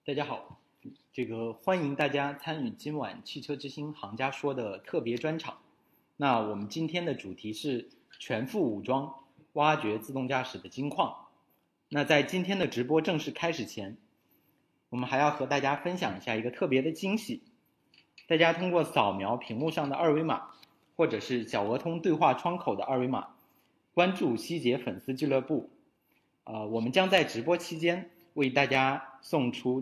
大家好，欢迎大家参与今晚汽车之星行家说的特别专场。那我们今天的主题是全副武装，挖掘自动驾驶的金矿。那在今天的直播正式开始前，我们还要和大家分享一下一个特别的惊喜。大家通过扫描屏幕上的二维码，或者是小鹅通对话窗口的二维码，关注希捷粉丝俱乐部。我们将在直播期间为大家送出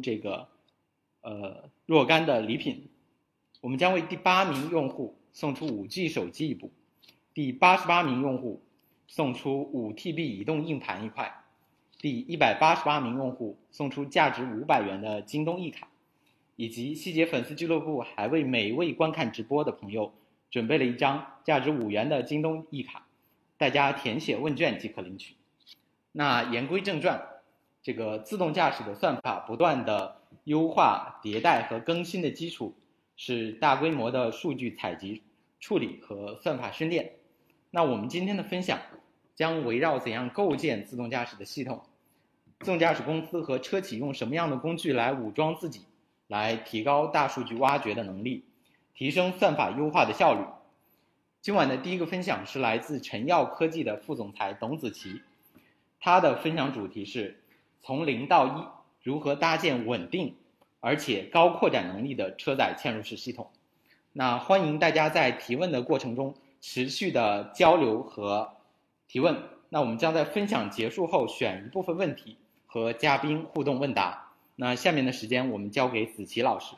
若干的礼品。我们将为第8名用户送出5G 手机一部，第88名用户送出5TB 移动硬盘一块，第188名用户送出价值500元的京东 E 卡，以及希捷粉丝俱乐部还为每一位观看直播的朋友准备了一张价值5元的京东 E 卡，大家填写问卷即可领取。那言归正传，自动驾驶的算法不断的优化、迭代和更新的基础是大规模的数据采集、处理和算法训练。那我们今天的分享将围绕怎样构建自动驾驶的系统，自动驾驶公司和车企用什么样的工具来武装自己，来提高大数据挖掘的能力，提升算法优化的效率。今晚的第一个分享是来自晨耀科技的副总裁董子琪，他的分享主题是从0到1，如何搭建稳定而且高扩展能力的车载嵌入式系统。那欢迎大家在提问的过程中持续的交流和提问。那我们将在分享结束后选一部分问题和嘉宾互动问答。那下面的时间我们交给子琪老师。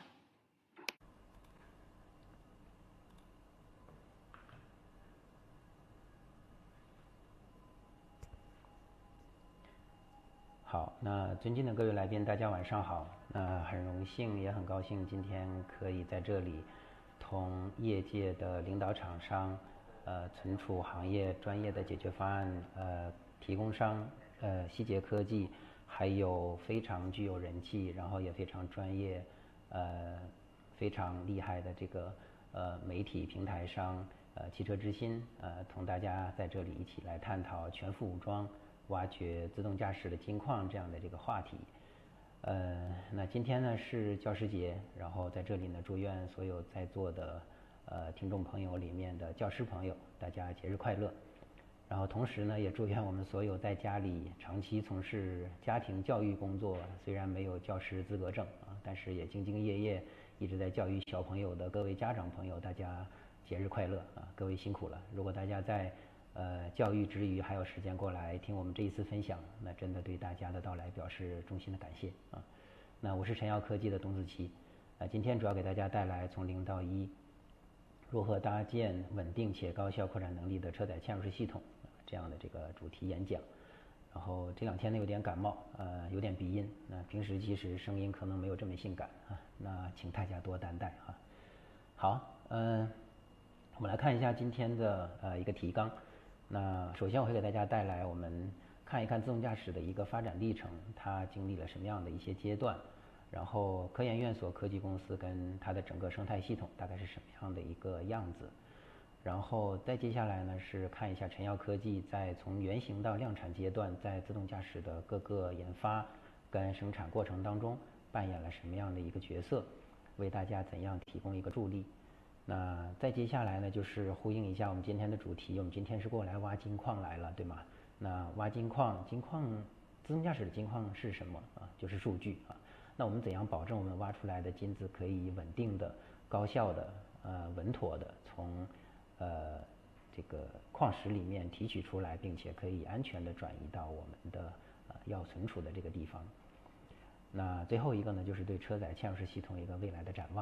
好，那尊敬的各位来宾，大家晚上好。那很荣幸，也很高兴，今天可以在这里同业界的领导厂商、存储行业专业的解决方案提供商希捷科技，还有非常具有人气，然后也非常专业、非常厉害的媒体平台商汽车之心同大家在这里一起来探讨全副武装挖掘自动驾驶的金矿这样的这个话题。那今天呢是教师节，然后在这里呢祝愿所有在座的听众朋友里面的教师朋友，大家节日快乐。然后同时呢也祝愿我们所有在家里长期从事家庭教育工作，虽然没有教师资格证但是也兢兢业业一直在教育小朋友的各位家长朋友，大家节日快乐各位辛苦了。如果大家在教育之余还有时间过来听我们这一次分享，那真的对大家的到来表示衷心的感谢那我是晨耀科技的董子琪今天主要给大家带来从0到1如何搭建稳定且高效扩展能力的车载嵌入式系统这样的这个主题演讲。然后这2天呢有点感冒有点鼻音，那平时其实声音可能没有这么性感那请大家多担待好我们来看一下今天的一个提纲。那首先我会给大家带来我们看一看自动驾驶的一个发展历程，它经历了什么样的一些阶段，然后科研院所科技公司跟它的整个生态系统大概是什么样的一个样子，然后再接下来呢是看一下晨耀科技在从原型到量产阶段，在自动驾驶的各个研发跟生产过程当中扮演了什么样的一个角色，为大家怎样提供一个助力。那再接下来呢就是呼应一下我们今天的主题，我们今天是过来挖金矿来了，对吗？那挖金矿，自动驾驶的金矿是什么就是数据那我们怎样保证我们挖出来的金子可以稳定的、高效的、稳妥的从这个矿石里面提取出来，并且可以安全的转移到我们的要存储的这个地方。那最后一个呢就是对车载嵌入式系统一个未来的展望。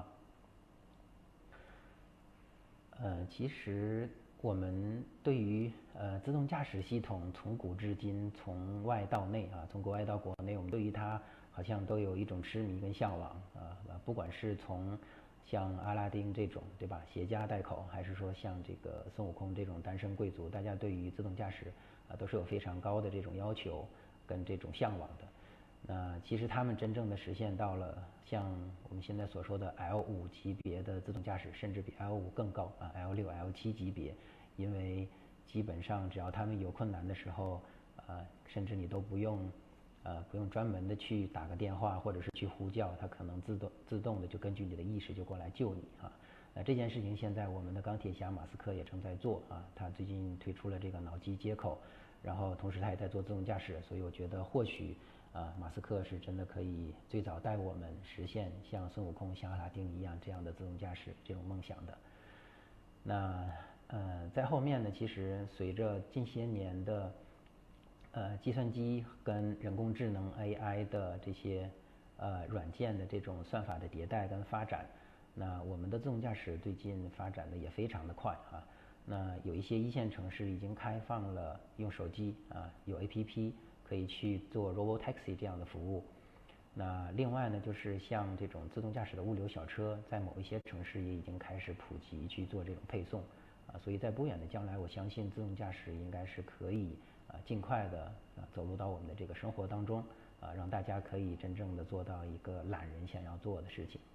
其实我们对于自动驾驶系统从古至今，从外到内从国外到国内，我们对于它好像都有一种痴迷跟向往不管是从像阿拉丁这种对吧携家带口，还是说像这个孙悟空这种单身贵族，大家对于自动驾驶都是有非常高的这种要求跟这种向往的。那其实他们真正的实现到了像我们现在所说的 L5 级别的自动驾驶，甚至比 L5 更高L6、L7 级别，因为基本上只要他们有困难的时候甚至你都不用不用专门的去打个电话或者是去呼叫，它可能自动的就根据你的意识就过来救你啊。这件事情现在我们的钢铁侠马斯克也正在做啊，他最近推出了这个脑机接口，然后同时他也在做自动驾驶，所以我觉得或许马斯克是真的可以最早带我们实现像孙悟空、像阿拉丁一样这样的自动驾驶这种梦想的。那在后面呢，其实随着近些年的计算机跟人工智能 AI 的这些软件的这种算法的迭代跟发展，那我们的自动驾驶最近发展的也非常的快啊。那有一些一线城市已经开放了用手机有 APP 可以去做 Robotaxi 这样的服务。那另外呢，就是像这种自动驾驶的物流小车，在某一些城市也已经开始普及去做这种配送所以在不远的将来，我相信自动驾驶应该是可以尽快的走入到我们的这个生活当中让大家可以真正的做到一个懒人想要做的事情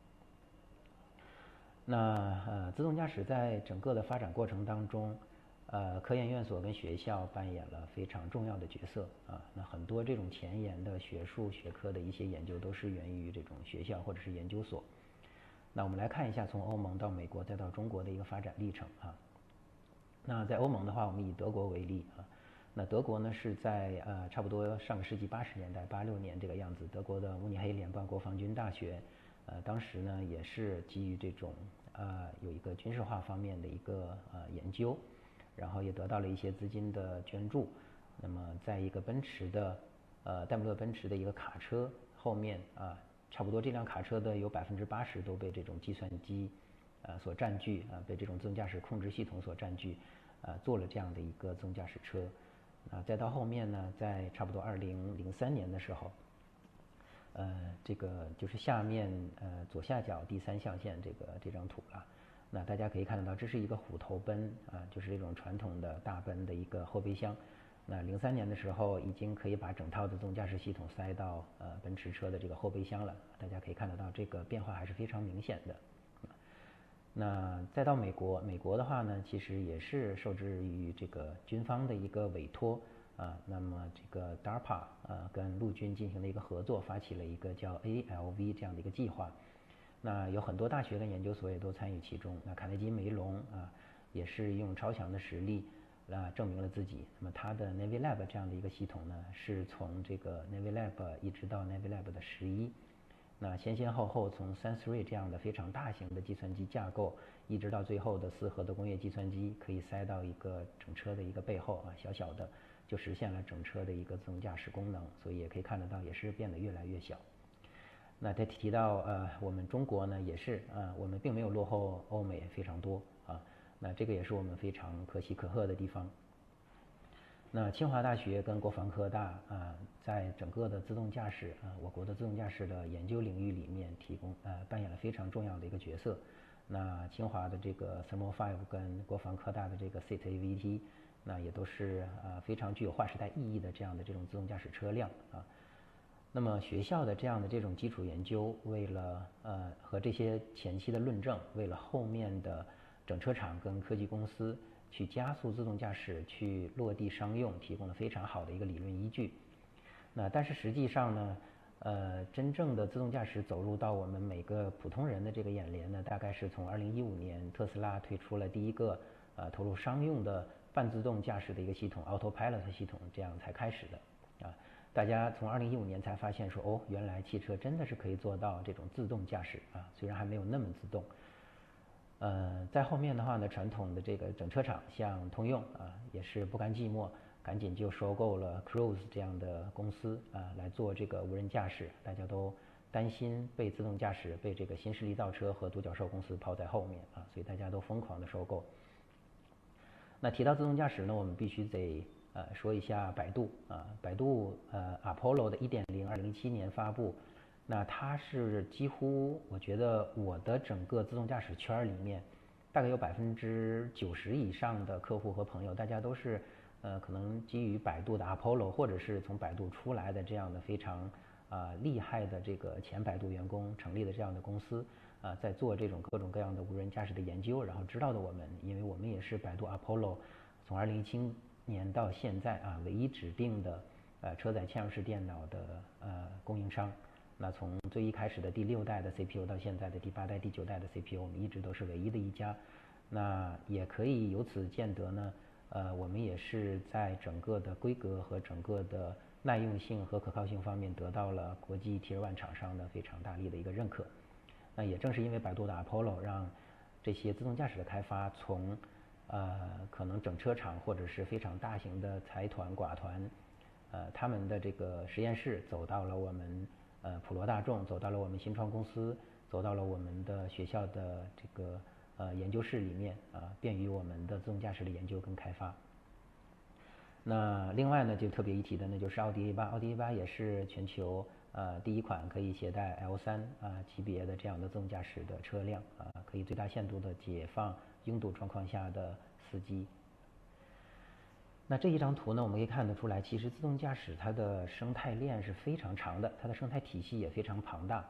那自动驾驶在整个的发展过程当中，科研院所跟学校扮演了非常重要的角色那很多这种前沿的学术学科的一些研究都是源于这种学校或者是研究所。那我们来看一下从欧盟到美国再到中国的一个发展历程那在欧盟的话，我们以德国为例那德国呢是在差不多上个世纪80年代86年这个样子，德国的慕尼黑联邦国防军大学当时呢也是基于这种有一个军事化方面的一个研究，然后也得到了一些资金的捐助。那么在一个奔驰的戴姆勒奔驰的一个卡车后面差不多这辆卡车的有80%都被这种计算机所占据被这种自动驾驶控制系统所占据做了这样的一个自动驾驶车再到后面呢，在差不多2003年的时候这个就是下面左下角第3象限这张图了。那大家可以看得到，这是一个虎头奔就是这种传统的大奔的一个后备箱。那03年的时候，已经可以把整套的自动驾驶系统塞到奔驰车的这个后备箱了。大家可以看得到，这个变化还是非常明显的。那再到美国，美国的话呢，其实也是受制于这个军方的一个委托那么这个 DARPA 跟陆军进行了一个合作，发起了一个叫 ALV 这样的一个计划。那有很多大学跟研究所也都参与其中。那卡内基梅隆也是用超强的实力证明了自己。那么它的 NaviLab 这样的一个系统呢，是从这个 NaviLab 一直到 NaviLab 的11。那先后后从 Sensory 这样的非常大型的计算机架构，一直到最后的4核的工业计算机，可以塞到一个整车的一个背后小小的就实现了整车的一个自动驾驶功能。所以也可以看得到，也是变得越来越小。那他提到我们中国呢也是我们并没有落后欧美非常多那这个也是我们非常可喜可贺的地方。那清华大学跟国防科大在整个的自动驾驶我国的自动驾驶的研究领域里面扮演了非常重要的一个角色。那清华的这个 Thermal 5跟国防科大的这个 SIT-AVT 那也都是非常具有划时代意义的这样的这种自动驾驶车辆那么学校的这种基础研究，为了和这些前期的论证，为了后面的整车厂跟科技公司去加速自动驾驶去落地商用，提供了非常好的一个理论依据。那但是实际上呢，真正的自动驾驶走入到我们每个普通人的这个眼帘呢，大概是从2015年特斯拉推出了第一个投入商用的半自动驾驶的一个系统 Autopilot 系统，这样才开始的大家从2015年才发现说原来汽车真的是可以做到这种自动驾驶虽然还没有那么自动。在后面的话呢，传统的这个整车厂像通用也是不甘寂寞，赶紧就收购了 Cruise 这样的公司来做这个无人驾驶。大家都担心被自动驾驶被这个新势力造车和独角兽公司抛在后面所以大家都疯狂的收购。那提到自动驾驶呢，我们必须得说一下百度百度Apollo 的 1.0 2017年发布。那它是几乎我觉得我的整个自动驾驶圈里面大概有90%以上的客户和朋友，大家都是可能基于百度的 Apollo 或者是从百度出来的这样的非常厉害的这个前百度员工成立的这样的公司在做这种各种各样的无人驾驶的研究，然后知道的我们，因为我们也是百度 Apollo从2017年到现在唯一指定的车载嵌入式电脑的供应商。那从最一开始的第6代的 CPU 到现在的第8代、第9代的 CPU， 我们一直都是唯一的一家。那也可以由此见得呢，我们也是在整个的规格和整个的耐用性和可靠性方面得到了国际 Tier 1厂商的非常大力的一个认可。那也正是因为百度的 Apollo， 让这些自动驾驶的开发从可能整车厂或者是非常大型的财团寡团，他们的这个实验室走到了我们普罗大众，走到了我们新创公司，走到了我们的学校的这个研究室里面便于我们的自动驾驶的研究跟开发。那另外呢，就特别一提的呢，就是奥迪 A8， 奥迪 A8 也是全球第一款可以携带 L3级别的这样的自动驾驶的车辆可以最大限度的解放拥堵状况下的司机。那这一张图呢，我们可以看得出来，其实自动驾驶它的生态链是非常长的，它的生态体系也非常庞大。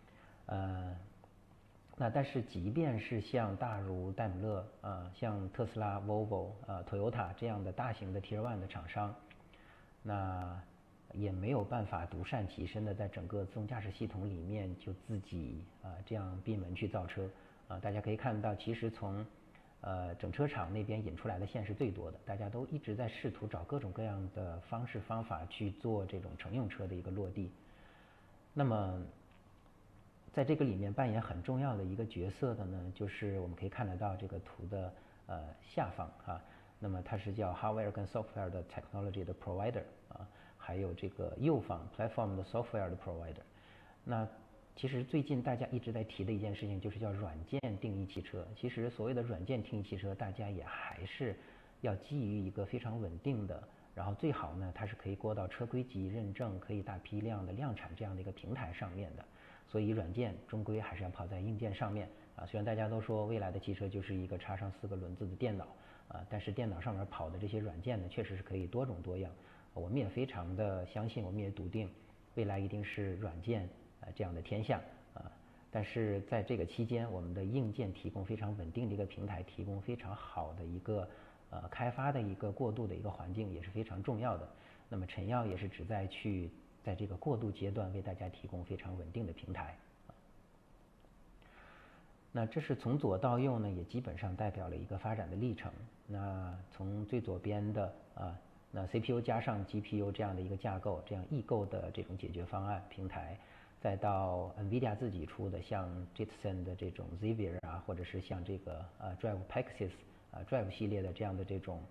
那但是即便是像大如戴姆勒像特斯拉、Volvo、Toyota 这样的大型的 Tier 1的厂商，那也没有办法独善其身的在整个自动驾驶系统里面就自己这样闭门去造车大家可以看到，其实从整车厂那边引出来的线是最多的，大家都一直在试图找各种各样的方式方法去做这种乘用车的一个落地。那么在这个里面扮演很重要的一个角色的呢，就是我们可以看得到这个图的下方那么它是叫 hardware 跟 software 的 technology 的 provider 还有这个右方 platform 的 software 的 provider。那其实最近大家一直在提的一件事情就是叫软件定义汽车。其实所谓的软件定义汽车，大家也还是要基于一个非常稳定的，然后最好呢它是可以过到车规级认证，可以大批量的量产这样的一个平台上面的。所以软件终归还是要跑在硬件上面虽然大家都说未来的汽车就是一个插上4个轮子的电脑但是电脑上面跑的这些软件呢，确实是可以多种多样。我们也非常的相信，我们也笃定未来一定是软件这样的天下但是在这个期间，我们的硬件提供非常稳定的一个平台，提供非常好的一个开发的一个过渡的一个环境也是非常重要的。那么陈耀也是旨在去在这个过渡阶段为大家提供非常稳定的平台那这是从左到右呢，也基本上代表了一个发展的历程。那从最左边的那 CPU 加上 GPU 这样的一个架构，这样异构的这种解决方案平台，再到 NVIDIA 自己出的像 Jetson 的这种 Xavier或者是像这个Drive Pexis Drive 系列的这样的这种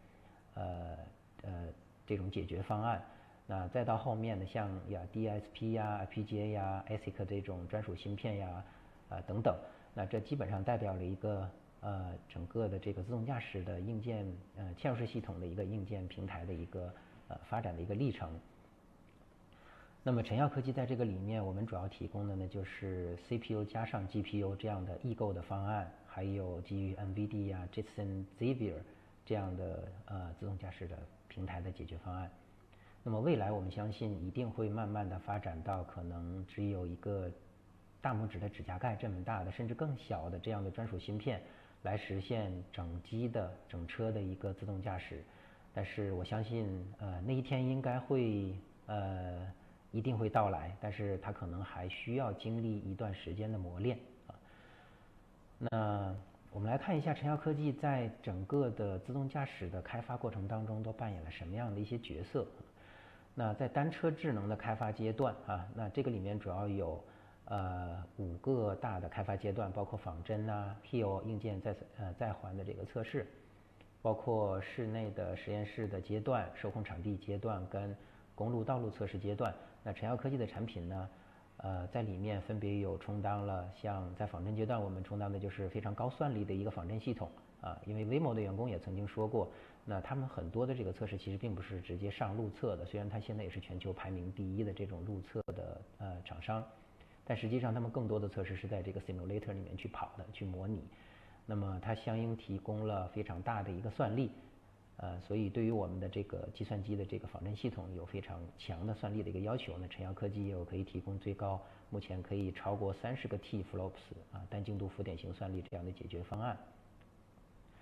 这种解决方案。那再到后面的像DSP FPGA ASIC 这种专属芯片等等。那这基本上代表了一个整个的这个自动驾驶的硬件嵌入式系统的一个硬件平台的一个发展的一个历程。那么陈耀科技在这个里面，我们主要提供的呢就是 CPU 加上 GPU 这样的异构的方案，还有基于 NVIDIA Jetson Xavier 这样的自动驾驶的平台的解决方案。那么未来我们相信一定会慢慢的发展到可能只有一个大拇指的指甲盖这么大的，甚至更小的这样的专属芯片，来实现整机的整车的一个自动驾驶。但是我相信那一天应该会一定会到来，但是它可能还需要经历一段时间的磨练那我们来看一下陈耀科技在整个的自动驾驶的开发过程当中都扮演了什么样的一些角色。那在单车智能的开发阶段那这个里面主要有5个大的开发阶段，包括仿真Hill 硬件在环的这个测试，包括室内的实验室的阶段、受控场地阶段跟公路道路测试阶段。那陈耀科技的产品呢在里面分别有充当了像在仿真阶段我们充当的就是非常高算力的一个仿真系统因为 Waymo 的员工也曾经说过，那他们很多的这个测试其实并不是直接上路测的，虽然它现在也是全球排名第1的这种路测的厂商，但实际上他们更多的测试是在这个 simulator 里面去跑的，去模拟。那么它相应提供了非常大的一个算力所以对于我们的这个计算机的这个仿真系统有非常强的算力的一个要求。那陈耀科技也有可以提供最高目前可以超过30个 T flops 单精度浮点型算力这样的解决方案。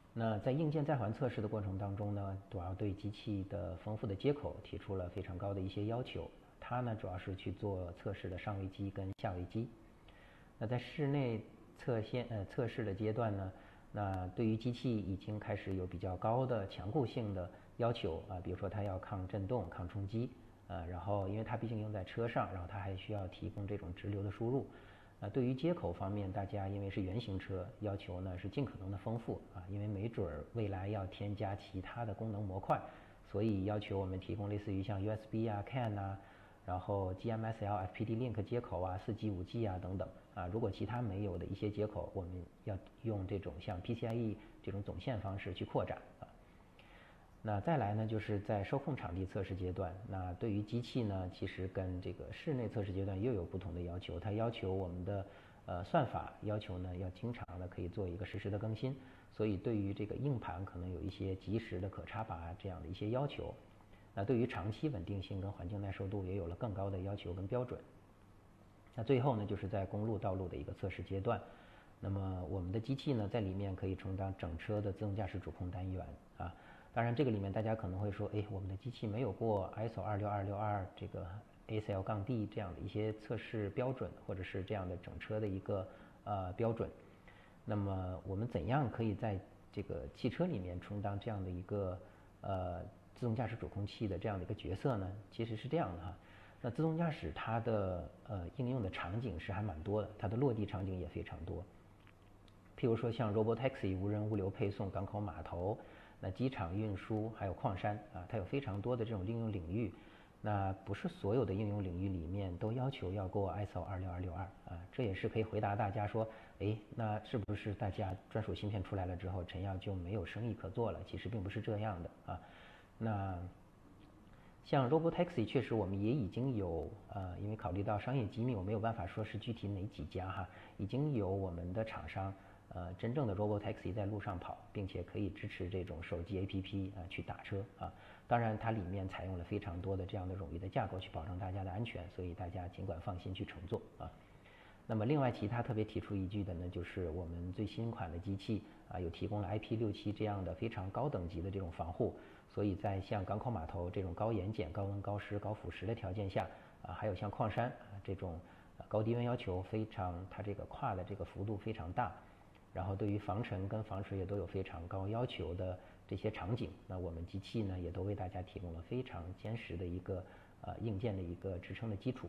那在硬件在环测试的过程当中呢，主要对机器的丰富的接口提出了非常高的一些要求。它呢主要是去做测试的上位机跟下位机。那在室内测试的阶段呢，那对于机器已经开始有比较高的强固性的要求啊，比如说它要抗震动、抗冲击然后因为它毕竟用在车上，然后它还需要提供这种直流的输入。对于接口方面，大家因为是原型车，要求呢是尽可能的丰富因为没准未来要添加其他的功能模块，所以要求我们提供类似于像 USB CAN然后 GMSL FPD Link 接口4G 5G等等如果其他没有的一些接口，我们要用这种像 PCIe 这种总线方式去扩展那再来呢，就是在受控场地测试阶段，那对于机器呢，其实跟这个室内测试阶段又有不同的要求。它要求我们的算法要求呢，要经常的可以做一个实时的更新，所以对于这个硬盘可能有一些及时的可插拔这样的一些要求。那对于长期稳定性跟环境耐受度也有了更高的要求跟标准。那最后呢，就是在公路道路的一个测试阶段，那么我们的机器呢，在里面可以充当整车的自动驾驶主控单元当然，这个里面大家可能会说，我们的机器没有过 ISO 26262这个 ASIL-D 这样的一些测试标准，或者是这样的整车的一个标准。那么我们怎样可以在这个汽车里面充当这样的一个自动驾驶主控器的这样的一个角色呢？其实是这样的那自动驾驶它的应用的场景是还蛮多的，它的落地场景也非常多。譬如说像 Robotaxi 无人物流配送、港口码头。那机场运输还有矿山它有非常多的这种应用领域。那不是所有的应用领域里面都要求要过 ISO 26262这也是可以回答大家说，那是不是大家专属芯片出来了之后，陈耀就没有生意可做了？其实并不是这样的那像 Robotaxi 确实我们也已经有因为考虑到商业机密，我没有办法说是具体哪几家已经有我们的厂商真正的 Robotaxi 在路上跑，并且可以支持这种手机 APP 去打车当然它里面采用了非常多的这样的冗余的架构去保证大家的安全，所以大家尽管放心去乘坐那么另外其他特别提出一句的呢，就是我们最新款的机器有提供了 IP67这样的非常高等级的这种防护，所以在像港口码头这种高盐碱、高温、高湿、高腐蚀的条件下还有像矿山这种高低温要求非常，它这个跨的这个幅度非常大，然后对于防尘跟防水也都有非常高要求的这些场景，那我们机器呢也都为大家提供了非常坚实的一个硬件的一个支撑的基础。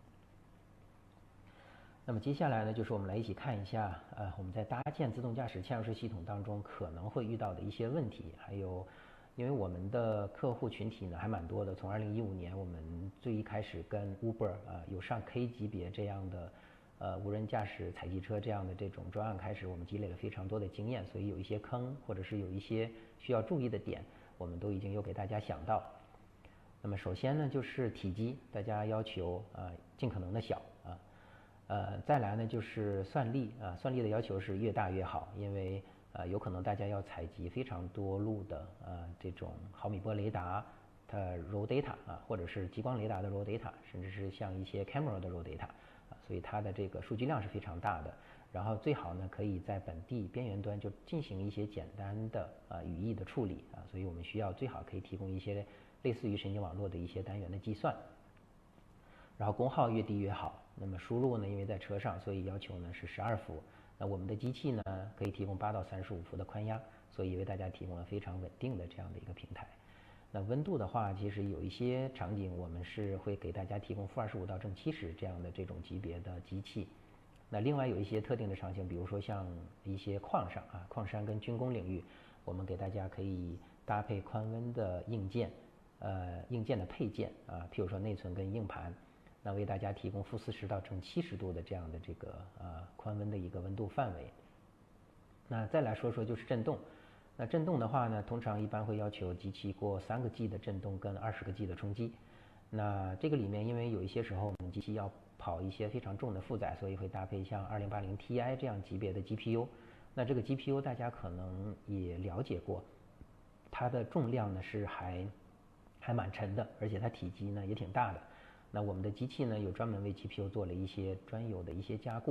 那么接下来呢，就是我们来一起看一下我们在搭建自动驾驶嵌入式系统当中可能会遇到的一些问题，还有因为我们的客户群体呢还蛮多的，从2015年我们最一开始跟 Uber 有上 K 级别这样的无人驾驶采集车这样的这种专案开始，我们积累了非常多的经验，所以有一些坑或者是有一些需要注意的点，我们都已经有给大家想到。那么首先呢，就是体积，大家要求尽可能的小再来呢就是算力算力的要求是越大越好，因为有可能大家要采集非常多路的这种毫米波雷达它 raw data 或者是激光雷达的 raw data， 甚至是像一些 camera 的 raw data所以它的这个数据量是非常大的。然后最好呢可以在本地边缘端就进行一些简单的语义的处理所以我们需要最好可以提供一些类似于神经网络的一些单元的计算。然后功耗越低越好。那么输入呢，因为在车上，所以要求呢是12伏。那我们的机器呢可以提供8到35伏的宽压，所以为大家提供了非常稳定的这样的一个平台。那温度的话，其实有一些场景我们是会给大家提供-25到-70这样的这种级别的机器。那另外有一些特定的场景，比如说像一些矿山跟军工领域，我们给大家可以搭配宽温的硬件的配件譬如说内存跟硬盘。那为大家提供-40到正70度的这样的这个宽温的一个温度范围。那再来说说就是振动。那振动的话呢，通常一般会要求机器过3个 G 的振动跟20个 G 的冲击。那这个里面因为有一些时候我们机器要跑一些非常重的负载，所以会搭配像2080 Ti 这样级别的 GPU。那这个 GPU 大家可能也了解过，它的重量呢是还蛮沉的，而且它体积呢也挺大的。那我们的机器呢有专门为 GPU 做了一些专有的一些加固，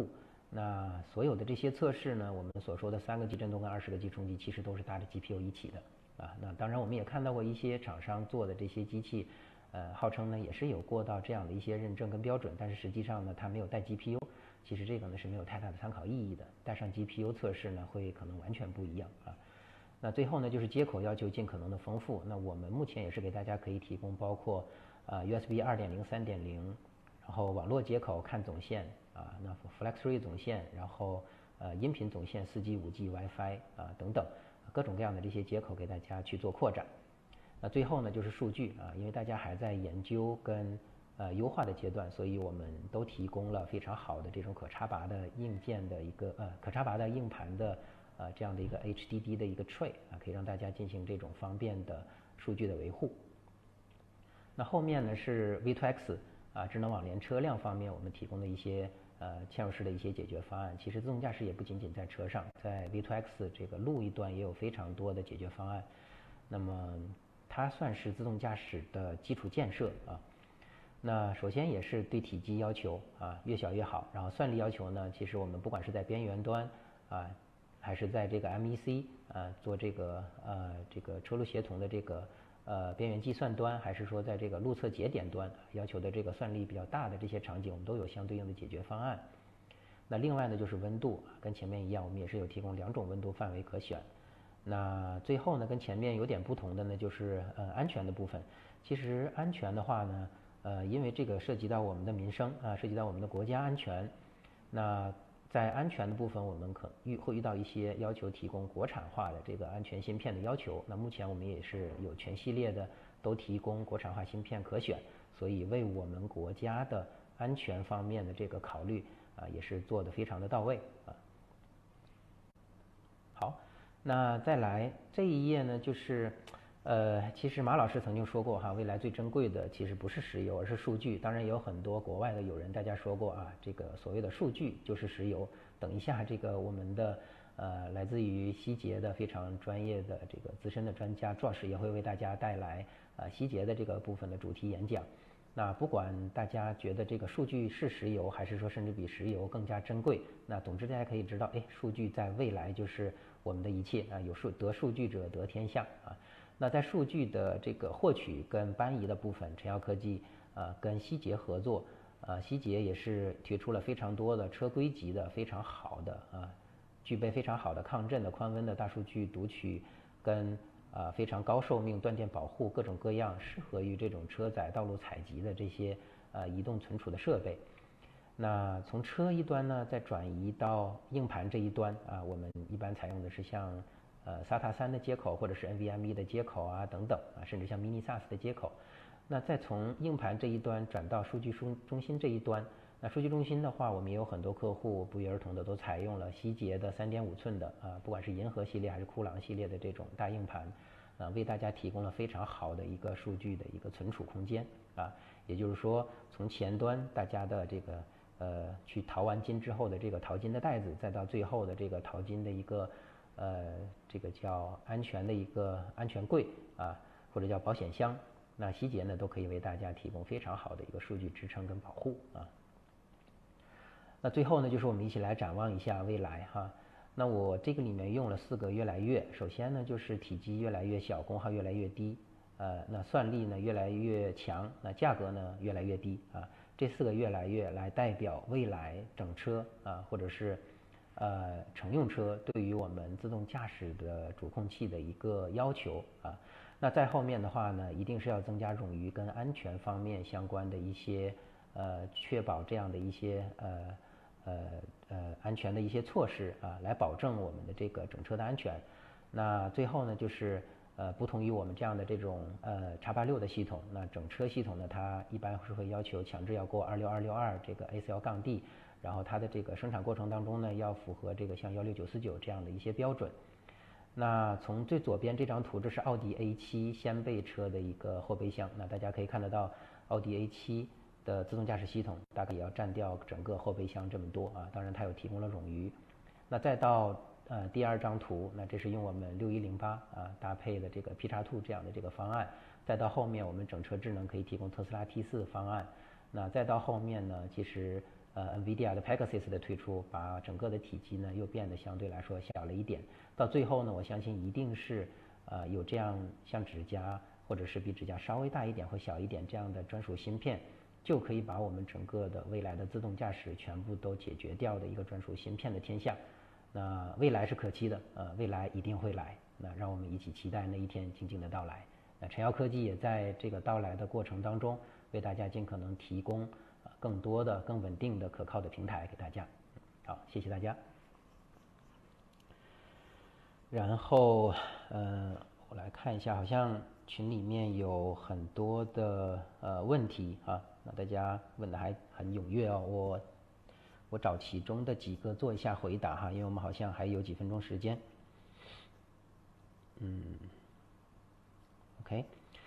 那所有的这些测试呢，我们所说的3个 G 振动跟20个 G 冲击，其实都是搭着 GPU 一起的啊。那当然我们也看到过一些厂商做的这些机器，号称呢也是有过到这样的一些认证跟标准，但是实际上呢它没有带 GPU， 其实这个呢是没有太大的参考意义的。带上 GPU 测试呢会可能完全不一样啊。那最后呢就是接口要求尽可能的丰富，那我们目前也是给大家可以提供包括USB 2.0、3.0，然后网络接口看总线啊，那 FlexRay 总线，然后音频总线4G、5G、WiFi 啊等等各种各样的这些接口给大家去做扩展。那最后呢就是数据啊，因为大家还在研究跟优化的阶段，所以我们都提供了非常好的这种可插拔的硬件的一个可插拔的硬盘的这样的一个 HDD 的一个 tray 啊，可以让大家进行这种方便的数据的维护。那后面呢是 V2X 啊，智能网联车辆方面我们提供的一些嵌入式的一些解决方案。其实自动驾驶也不仅仅在车上，在 V2X 这个路一端也有非常多的解决方案。那么它算是自动驾驶的基础建设啊。那首先也是对体积要求啊，越小越好。然后算力要求呢，其实我们不管是在边缘端啊，还是在这个 MEC 做这个车路协同的这个边缘计算端，还是说在这个路测节点端要求的这个算力比较大的这些场景，我们都有相对应的解决方案。那另外呢就是温度，跟前面一样，我们也是有提供2种温度范围可选。那最后呢跟前面有点不同的呢就是安全的部分。其实安全的话呢因为这个涉及到我们的民生啊，涉及到我们的国家安全。那在安全的部分，我们会遇到一些要求提供国产化的这个安全芯片的要求。那目前我们也是有全系列的都提供国产化芯片可选，所以为我们国家的安全方面的这个考虑也是做得非常的到位啊。好，那再来这一页呢，就是其实马老师曾经说过哈，未来最珍贵的其实不是石油，而是数据。当然也有很多国外的友人大家说过啊，这个所谓的数据就是石油。等一下这个我们的来自于希捷的非常专业的这个资深的专家 Josh 也会为大家带来希捷的这个部分的主题演讲。那不管大家觉得这个数据是石油，还是说甚至比石油更加珍贵，那总之大家可以知道，数据在未来就是我们的一切啊，得数据者得天下啊。那在数据的这个获取跟搬移的部分，晨耀科技跟希捷合作，希捷也是提出了非常多的车规级的非常好的具备非常好的抗震的宽温的大数据读取跟非常高寿命断电保护各种各样适合于这种车载道路采集的这些移动存储的设备。那从车一端呢，再转移到硬盘这一端我们一般采用的是像SATA 3的接口，或者是 NVMe 的接口等等甚至像 Mini SAS 的接口。那再从硬盘这一端转到数据中心这一端，那数据中心的话，我们也有很多客户不约而同的都采用了希捷的3.5寸的不管是银河系列还是酷朗系列的这种大硬盘为大家提供了非常好的一个数据的一个存储空间也就是说，从前端大家的这个去淘完金之后的这个淘金的袋子，再到最后的这个淘金的一个这个叫安全的一个安全柜或者叫保险箱，那希捷呢都可以为大家提供非常好的一个数据支撑跟保护那最后呢，就是我们一起来展望一下未来那我这个里面用了4个越来越，首先呢就是体积越来越小，功耗越来越低，那算力呢越来越强，那价格呢越来越低这4个越来越来代表未来整车或者是乘用车对于我们自动驾驶的主控器的一个要求那在后面的话呢，一定是要增加冗余跟安全方面相关的一些确保这样的一些安全的一些措施来保证我们的这个整车的安全。那最后呢，就是不同于我们这样的这种X86的系统，那整车系统呢，它一般是会要求强制要过26262这个 ASIL-D，然后它的这个生产过程当中呢，要符合这个像16949这样的一些标准。那从最左边这张图，这是奥迪 A7 掀背车的一个后备箱。那大家可以看得到，奥迪 A7 的自动驾驶系统大概也要占掉整个后备箱这么多当然它有提供了冗余。那再到第2张图，那这是用我们6108搭配的这个 P-2 这样的这个方案。再到后面我们整车智能可以提供特斯拉 T4 方案。那再到后面呢，其实 NVIDIA 的 Pegasus 的推出，把整个的体积呢又变得相对来说小了一点。到最后呢，我相信一定是有这样像指甲或者是比指甲稍微大一点或小一点这样的专属芯片，就可以把我们整个的未来的自动驾驶全部都解决掉的一个专属芯片的天下。那未来是可期的，未来一定会来。那让我们一起期待那一天静静的到来。那晨耀科技也在这个到来的过程当中，为大家尽可能提供更多的、更稳定的、可靠的平台给大家。好，谢谢大家。然后，我来看一下，好像群里面有很多的问题啊，那大家问的还很踊跃哦。我找其中的几个做一下回答哈，因为我们好像还有几分钟时间。OK，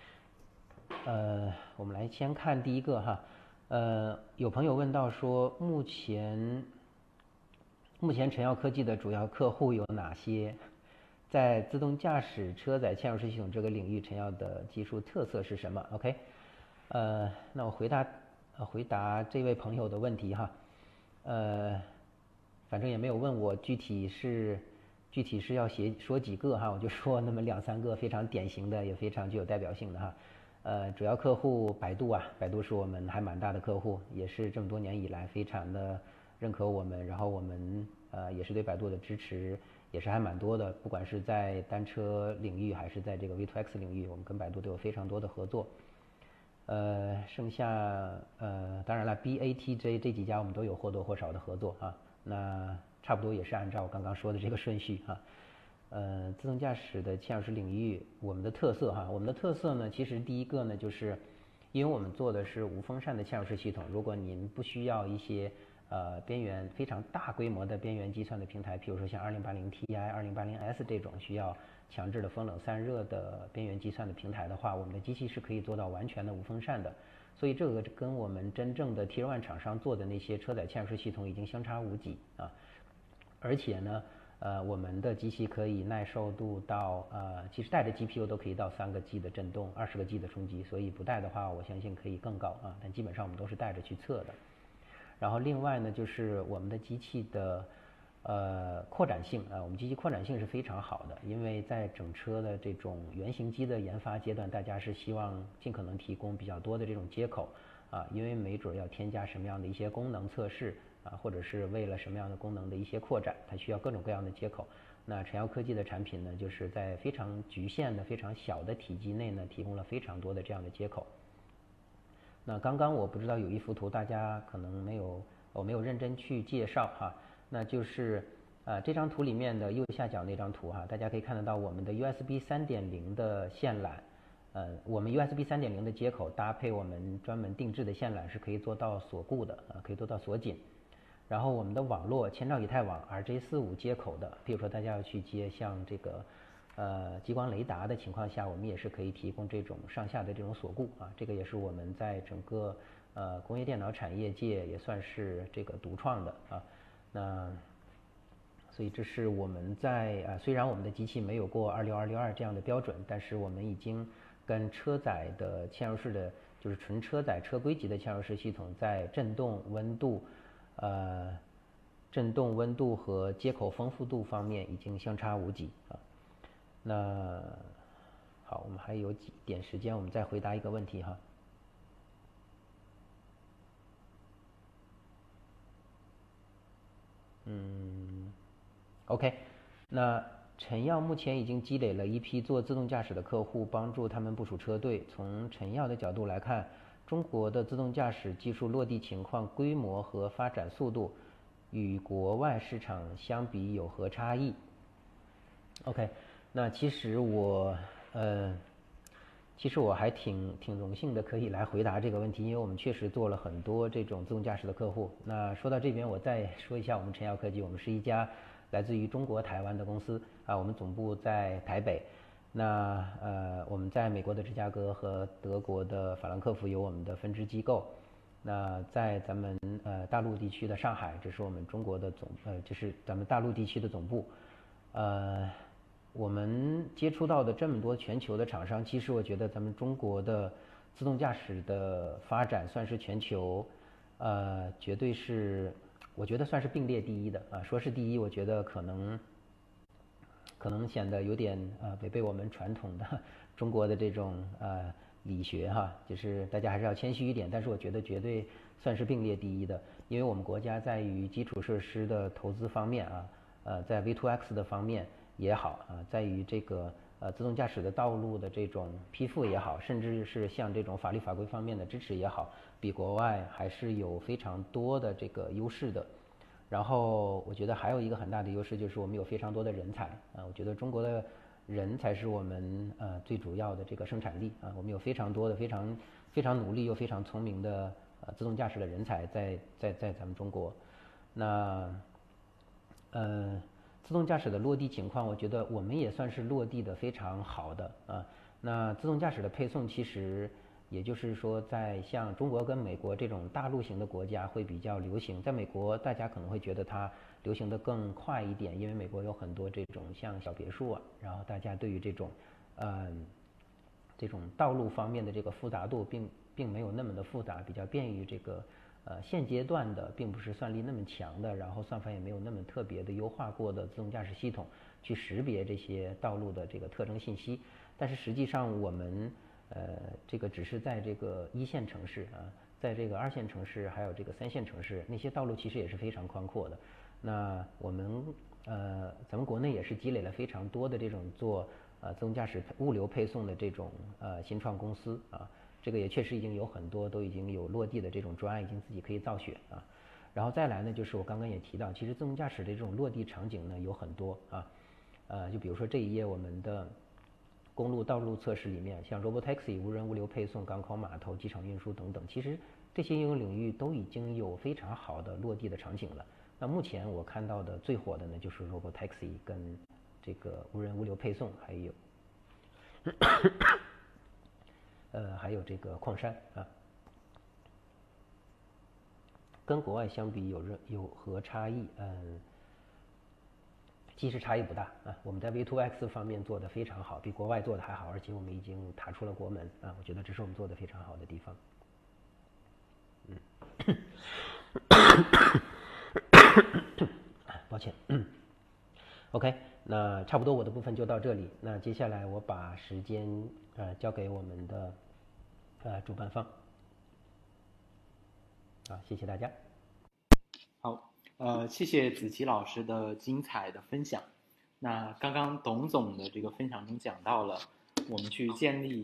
我们来先看第一个哈，有朋友问到说，目前晨耀科技的主要客户有哪些？在自动驾驶车载嵌入式系统这个领域，晨耀的技术特色是什么 ？OK，那我回答这位朋友的问题哈，反正也没有问我具体是要说几个哈，我就说那么2-3个非常典型的，也非常具有代表性的哈。主要客户百度啊，百度是我们还蛮大的客户，也是这么多年以来非常的认可我们，然后我们也是对百度的支持也是还蛮多的，不管是在单车领域还是在这个 V2X 领域，我们跟百度都有非常多的合作。剩下当然了 BATJ 这几家我们都有或多或少的合作啊，那差不多也是按照我刚刚说的这个顺序啊。自动驾驶的嵌入式领域，我们的特色哈，我们的特色呢，其实第一个呢，就是因为我们做的是无风扇的嵌入式系统，如果您不需要一些边缘非常大规模的边缘计算的平台，譬如说像2080 Ti、2080S 这种需要强制的风冷散热的边缘计算的平台的话，我们的机器是可以做到完全的无风扇的。所以这个跟我们真正的 Tier 1厂商做的那些车载嵌入式系统已经相差无几啊，而且呢。我们的机器可以耐受度到其实带着 GPU 都可以到3个G 的震动，20个G 的冲击，所以不带的话，我相信可以更高啊。但基本上我们都是带着去测的。然后另外呢，就是我们的机器的扩展性啊，我们机器扩展性是非常好的，因为在整车的这种原型机的研发阶段，大家是希望尽可能提供比较多的这种接口啊，因为没准要添加什么样的一些功能测试。或者是为了什么样的功能的一些扩展，它需要各种各样的接口。那晨耀科技的产品呢，就是在非常局限的、非常小的体积内呢，提供了非常多的这样的接口。那刚刚我不知道有一幅图，大家可能我没有认真去介绍哈，那就是这张图里面的右下角那张图哈，大家可以看得到我们的 USB 3.0的线缆。我们 USB 3.0的接口搭配我们专门定制的线缆是可以做到锁固的可以做到锁紧。然后我们的网络千兆以太网 RJ45 接口的，比如说大家要去接像这个激光雷达的情况下，我们也是可以提供这种上下的这种锁固啊，这个也是我们在整个工业电脑产业界也算是这个独创的啊。那所以这是我们在虽然我们的机器没有过26262这样的标准，但是我们已经跟车载的嵌入式的就是纯车载车规级的嵌入式系统在震动、温度。振动温度和接口丰富度方面已经相差无几啊。那好，我们还有几点时间，我们再回答一个问题哈。OK， 那晨耀目前已经积累了一批做自动驾驶的客户，帮助他们部署车队。从晨耀的角度来看，中国的自动驾驶技术落地情况、规模和发展速度与国外市场相比有何差异 ？OK， 那其实我还挺荣幸的，可以来回答这个问题，因为我们确实做了很多这种自动驾驶的客户。那说到这边，我再说一下我们晨耀科技，我们是一家来自于中国台湾的公司啊，我们总部在台北。那我们在美国的芝加哥和德国的法兰克福有我们的分支机构。那在咱们大陆地区的上海，这是我们中国的就是咱们大陆地区的总部。我们接触到的这么多全球的厂商，其实我觉得咱们中国的自动驾驶的发展算是全球绝对是我觉得算是并列第一的啊。说是第一，我觉得可能显得有点违背我们传统的中国的这种理学哈，就是大家还是要谦虚一点。但是我觉得绝对算是并列第一的，因为我们国家在于基础设施的投资方面在 V2X 的方面也好在于这个自动驾驶的道路的这种批复也好，甚至是像这种法律法规方面的支持也好，比国外还是有非常多的这个优势的。然后我觉得还有一个很大的优势就是我们有非常多的人才我觉得中国的人才是我们最主要的这个生产力我们有非常多的非常努力又非常聪明的自动驾驶的人才在咱们中国。那自动驾驶的落地情况，我觉得我们也算是落地的非常好的那自动驾驶的配送其实也就是说在像中国跟美国这种大陆型的国家会比较流行，在美国大家可能会觉得它流行的更快一点，因为美国有很多这种像小别墅然后大家对于这种道路方面的这个复杂度并没有那么的复杂，比较便于这个现阶段的并不是算力那么强的，然后算法也没有那么特别的优化过的自动驾驶系统去识别这些道路的这个特征信息。但是实际上我们这个只是在这个一线城市在这个二线城市还有这个三线城市，那些道路其实也是非常宽阔的。那我们咱们国内也是积累了非常多的这种做自动驾驶物流配送的这种新创公司这个也确实已经有很多都已经有落地的这种专案，已经自己可以造血然后再来呢，就是我刚刚也提到，其实自动驾驶的这种落地场景呢有很多就比如说这一页我们的公路道路测试里面，像 Robotaxi 无人物流配送、港口码头、机场运输等等，其实这些应用领域都已经有非常好的落地的场景了。那目前我看到的最火的呢，就是 Robotaxi 跟这个无人物流配送，还有这个矿山跟国外相比有何差异？其实差异不大我们在 V2X 方面做得非常好，比国外做的还好，而且我们已经踏出了国门我觉得这是我们做的非常好的地方。抱歉OK， 那差不多我的部分就到这里。那接下来我把时间交给我们的主办方谢谢大家。 好，谢谢子琪老师的精彩的分享。那刚刚董总的这个分享中讲到了，我们去建立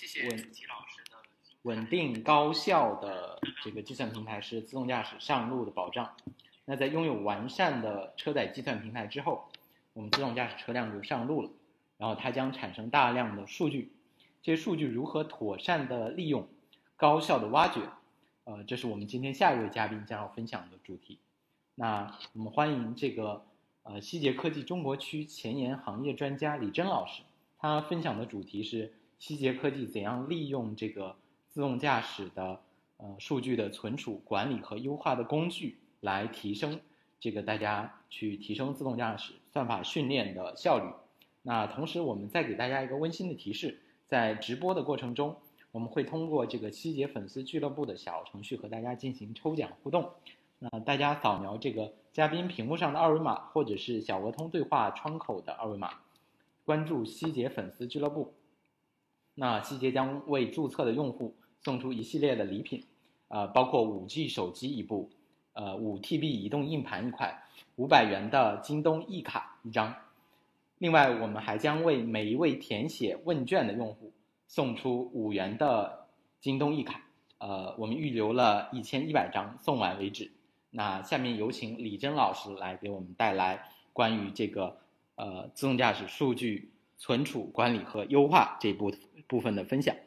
稳定高效的这个计算平台是自动驾驶上路的保障。那在拥有完善的车载计算平台之后，我们自动驾驶车辆就上路了，然后它将产生大量的数据，这些数据如何妥善的利用、高效的挖掘，这是我们今天下一位嘉宾将要分享的主题。那我们欢迎这个希捷科技中国区前沿行业专家李真老师，他分享的主题是希捷科技怎样利用这个自动驾驶的数据的存储、管理和优化的工具来提升这个大家去提升自动驾驶算法训练的效率。那同时我们再给大家一个温馨的提示，在直播的过程中，我们会通过这个希捷粉丝俱乐部的小程序和大家进行抽奖互动。那大家扫描这个嘉宾屏幕上的二维码，或者是小鹅通对话窗口的二维码，关注希捷粉丝俱乐部。那希捷将为注册的用户送出一系列的礼品，包括 5G 手机一部，5TB 移动硬盘一块，500元的京东易卡一张。另外，我们还将为每一位填写问卷的用户送出5元的京东易卡，我们预留了1100张，送完为止。那下面有请李真老师来给我们带来关于这个自动驾驶数据存储、管理和优化这部分的分享。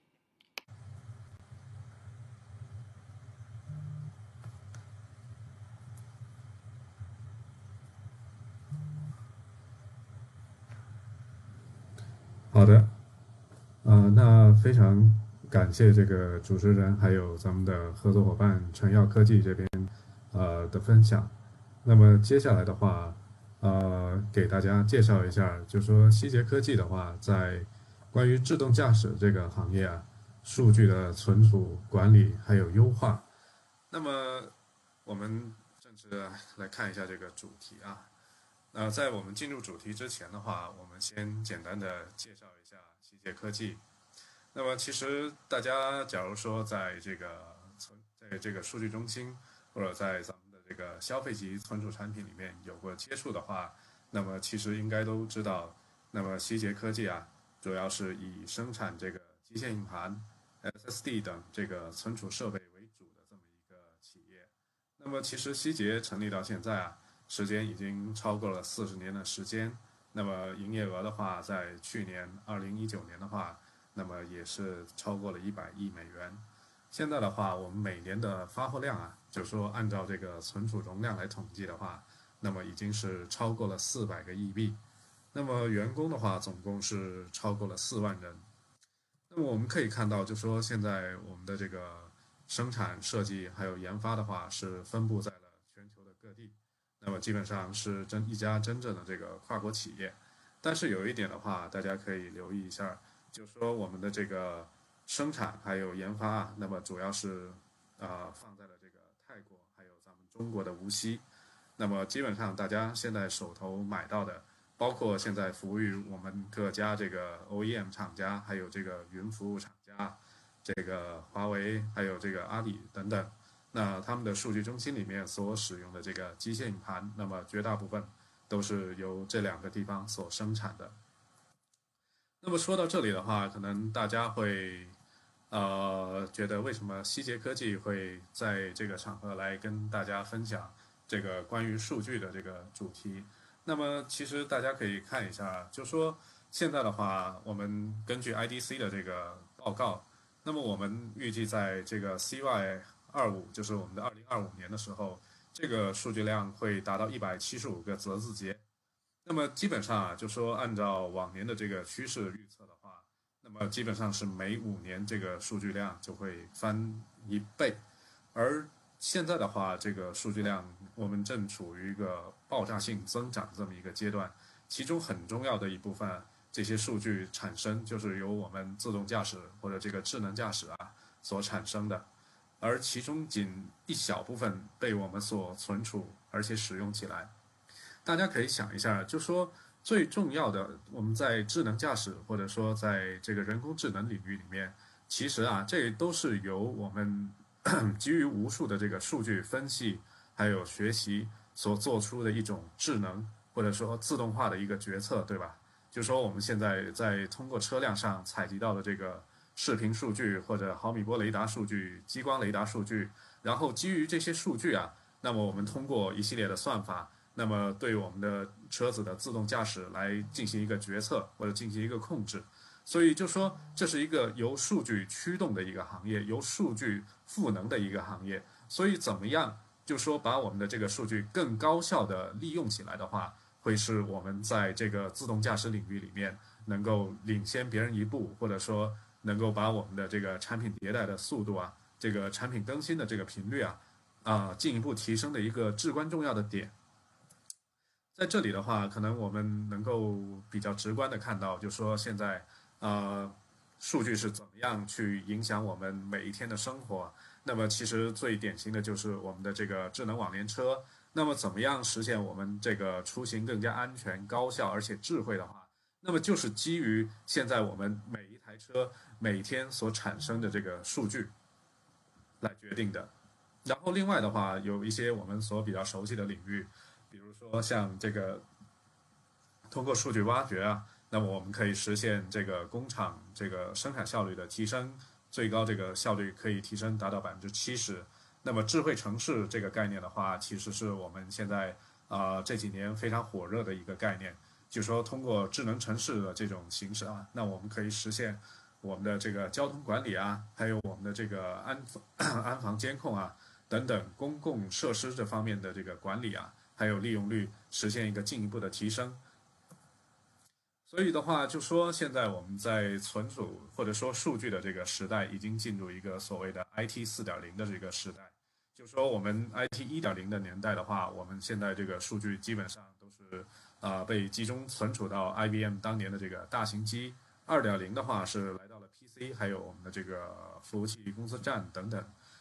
好的，那非常感谢这个主持人还有咱们的合作伙伴晨耀科技这边的分享。那么接下来的话，给大家介绍一下，就说希捷科技的话，在关于自动驾驶这个行业数据的存储、管理还有优化， 那么我们正式来看一下这个主题啊。在我们进入主题之前的话，我们先简单的介绍一下希捷科技。那么其实大家假如说在这个数据中心或者在咱们的这个消费级存储产品里面有过接触的话，那么其实应该都知道，那么希捷科技啊，主要是以生产这个机械硬盘、SSD 等这个存储设备为主的这么一个企业。那么其实希捷成立到现在啊，时间已经超过了40年的时间。那么营业额的话，在去年2019年的话，那么也是超过了100亿美元。现在的话，我们每年的发货量啊，就说按照这个存储容量来统计的话，那么已经是超过了400个亿币。那么员工的话，总共是超过了4万人。那么我们可以看到，就说现在我们的这个生产、设计还有研发的话，是分布在了全球的各地。那么基本上是一家真正的这个跨国企业。但是有一点的话，大家可以留意一下，就是说我们的这个生产还有研发啊，那么主要是放在了这个泰国还有咱们中国的无锡。那么基本上大家现在手头买到的，包括现在服务于我们各家这个 OEM 厂家，还有这个云服务厂家，这个华为，还有这个阿里等等。那他们的数据中心里面所使用的这个机械硬盘，那么绝大部分都是由这2个地方所生产的。那么说到这里的话，可能大家会觉得为什么希捷科技会在这个场合来跟大家分享这个关于数据的这个主题？那么其实大家可以看一下，就说现在的话，我们根据 IDC 的这个报告，那么我们预计在这个 CY25，就是我们的2025年的时候，这个数据量会达到175个泽字节。那么基本上啊，就说按照往年的这个趋势预测的话，那么基本上是每5年这个数据量就会翻1倍，而现在的话，这个数据量我们正处于一个爆炸性增长这么一个阶段，其中很重要的一部分，这些数据产生就是由我们自动驾驶或者这个智能驾驶啊所产生的，而其中仅一小部分被我们所存储而且使用起来。大家可以想一下，就说最重要的，我们在智能驾驶或者说在这个人工智能领域里面，其实啊，这都是由我们基于无数的这个数据分析还有学习所做出的一种智能或者说自动化的一个决策，对吧？就说我们现在在通过车辆上采集到的这个视频数据或者毫米波雷达数据、激光雷达数据，然后基于这些数据啊，那么我们通过一系列的算法，那么对我们的车子的自动驾驶来进行一个决策或者进行一个控制。所以就说这是一个由数据驱动的一个行业，由数据赋能的一个行业。所以怎么样就说把我们的这个数据更高效的利用起来的话，会是我们在这个自动驾驶领域里面能够领先别人一步，或者说能够把我们的这个产品迭代的速度啊，这个产品更新的这个频率啊，进一步提升的一个至关重要的点。在这里的话，可能我们能够比较直观的看到，就说现在数据是怎么样去影响我们每一天的生活。那么其实最典型的就是我们的这个智能网联车。那么怎么样实现我们这个出行更加安全、高效而且智慧的话，那么就是基于现在我们每一台车每天所产生的这个数据来决定的。然后另外的话，有一些我们所比较熟悉的领域，比如说像这个通过数据挖掘啊，那么我们可以实现这个工厂这个生产效率的提升，最高这个效率可以提升达到70%。那么智慧城市这个概念的话，其实是我们现在这几年非常火热的一个概念，就说通过智能城市的这种形式啊，那我们可以实现我们的这个交通管理啊，还有我们的这个安防监控啊等等公共设施这方面的这个管理啊，还有利用率实现一个进一步的提升。所以的话，就说现在我们在存储或者说数据的这个时代，已经进入一个所谓的 IT 4.0的这个时代。就说我们 IT 1.0的年代的话，我们现在这个数据基本上都是被集中存储到 IBM 当年的这个大型机。2.0的话是来到了 PC，还有我们的这个服务器公司站等等。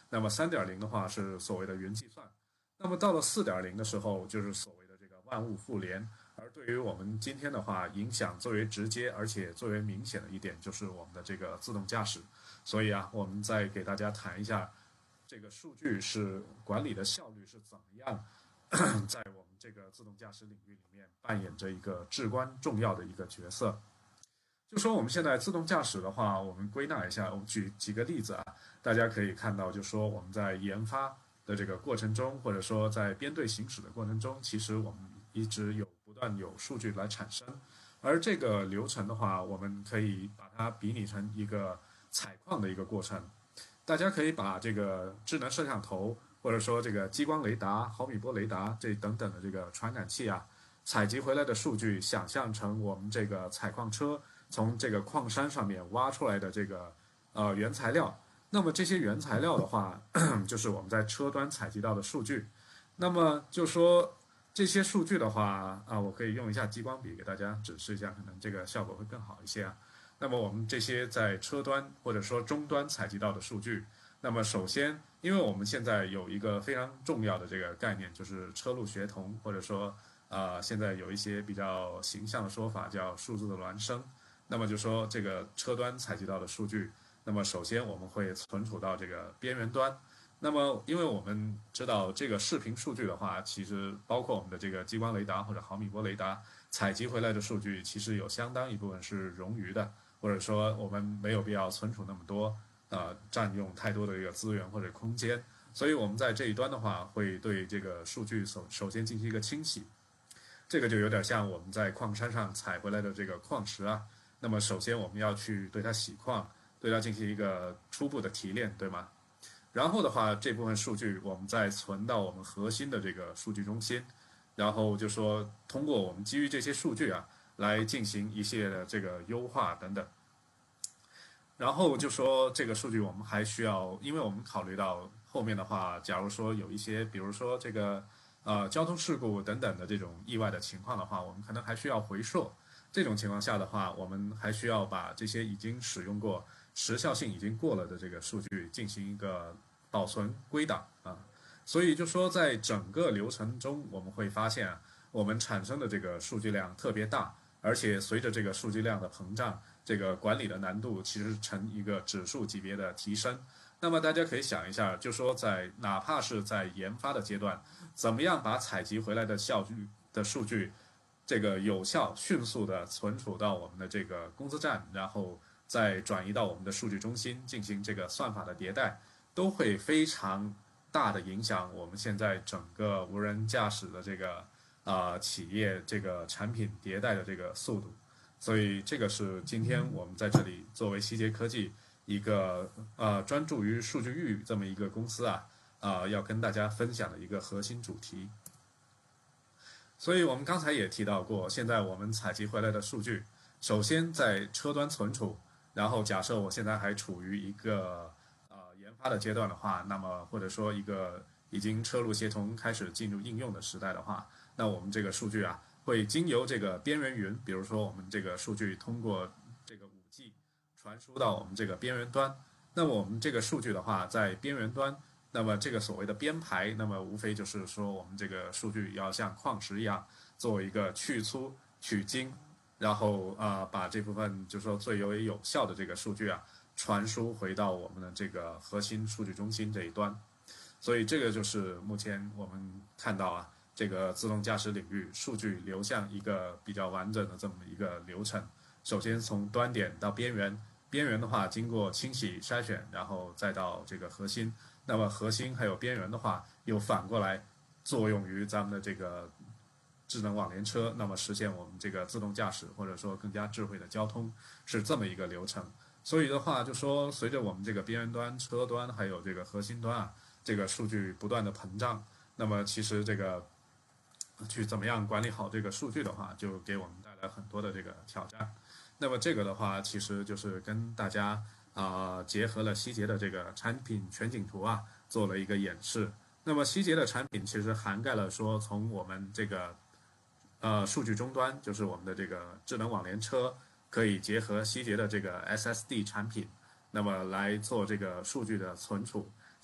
那么3.0的话是所谓的云计算。那么到了4.0的时候，就是所谓的这个万物互联。而对于我们今天的话，影响最为直接而且最为明显的一点，就是我们的这个自动驾驶。所以啊，我们再给大家谈一下这个数据是管理的效率是怎么样，在我们这个自动驾驶领域里面扮演着一个至关重要的一个角色。就说我们现在自动驾驶的话，我们归纳一下，我们举几个例子啊，大家可以看到，就说我们在研发的这个过程中，或者说在编队行驶的过程中，其实我们一直不断有数据来产生，而这个流程的话，我们可以把它比拟成一个采矿的一个过程。大家可以把这个智能摄像头，或者说这个激光雷达、毫米波雷达这等等的这个传感器啊，采集回来的数据想象成我们这个采矿车从这个矿山上面挖出来的这个原材料。那么这些原材料的话，就是我们在车端采集到的数据。那么就说这些数据的话啊，我可以用一下激光笔给大家指示一下，可能这个效果会更好一些啊。那么我们这些在车端或者说终端采集到的数据，那么首先，因为我们现在有一个非常重要的这个概念，就是车路协同，或者说现在有一些比较形象的说法叫数字的孪生。那么就说这个车端采集到的数据，那么首先我们会存储到这个边缘端。那么因为我们知道这个视频数据的话，其实包括我们的这个激光雷达或者毫米波雷达采集回来的数据，其实有相当一部分是冗余的，或者说我们没有必要存储那么多，占用太多的一个资源或者空间。所以我们在这一端的话，会对这个数据首先进行一个清洗。这个就有点像我们在矿山上采回来的这个矿石啊，那么首先我们要去对它洗矿，对它进行一个初步的提炼，对吗？然后的话，这部分数据我们再存到我们核心的这个数据中心，然后就说通过我们基于这些数据啊，来进行一系列的这个优化等等。然后就说这个数据我们还需要，因为我们考虑到后面的话，假如说有一些，比如说这个交通事故等等的这种意外的情况的话，我们可能还需要回溯。这种情况下的话，我们还需要把这些已经使用过、时效性已经过了的这个数据进行一个保存归档啊。所以就说在整个流程中，我们会发现我们产生的这个数据量特别大，而且随着这个数据量的膨胀，这个管理的难度其实呈一个指数级别的提升。那么大家可以想一下，就说哪怕是在研发的阶段，怎么样把采集回来的数据这个有效、迅速的存储到我们的这个工资站，然后再转移到我们的数据中心进行这个算法的迭代，都会非常大的影响我们现在整个无人驾驶的这个企业这个产品迭代的这个速度。所以这个是今天我们在这里作为希捷科技一个专注于数据域这么一个公司要跟大家分享的一个核心主题。所以我们刚才也提到过，现在我们采集回来的数据，首先在车端存储，然后假设我现在还处于一个研发的阶段的话，那么或者说一个已经车路协同开始进入应用的时代的话，那我们这个数据会经由这个边缘云，比如说我们这个数据通过这个5G 传输到我们这个边缘端，那么我们这个数据的话，在边缘端，那么这个所谓的编排，那么无非就是说我们这个数据要像矿石一样，做一个去粗取精，然后把这部分就是说最为有效的这个数据传输回到我们的这个核心数据中心这一端。所以这个就是目前我们看到这个自动驾驶领域数据流向一个比较完整的这么一个流程。首先从端点到边缘，边缘的话经过清洗筛选，然后再到这个核心。那么核心还有边缘的话，又反过来作用于咱们的这个智能网联车，那么实现我们这个自动驾驶或者说更加智慧的交通，是这么一个流程。所以的话，就说随着我们这个边缘端、车端还有这个核心端这个数据不断的膨胀，那么其实这个去怎么样管理好这个数据的话，就给我们带来很多的这个挑战。那么这个的话，其实就是跟大家结合了希捷的这个产品全景图做了一个演示。那么希捷的产品其实涵盖了说从我们这个数据终端，就是我们的这个智能网联车，可以结合希捷的这个 SSD 产品，那么来做这个数据的存储。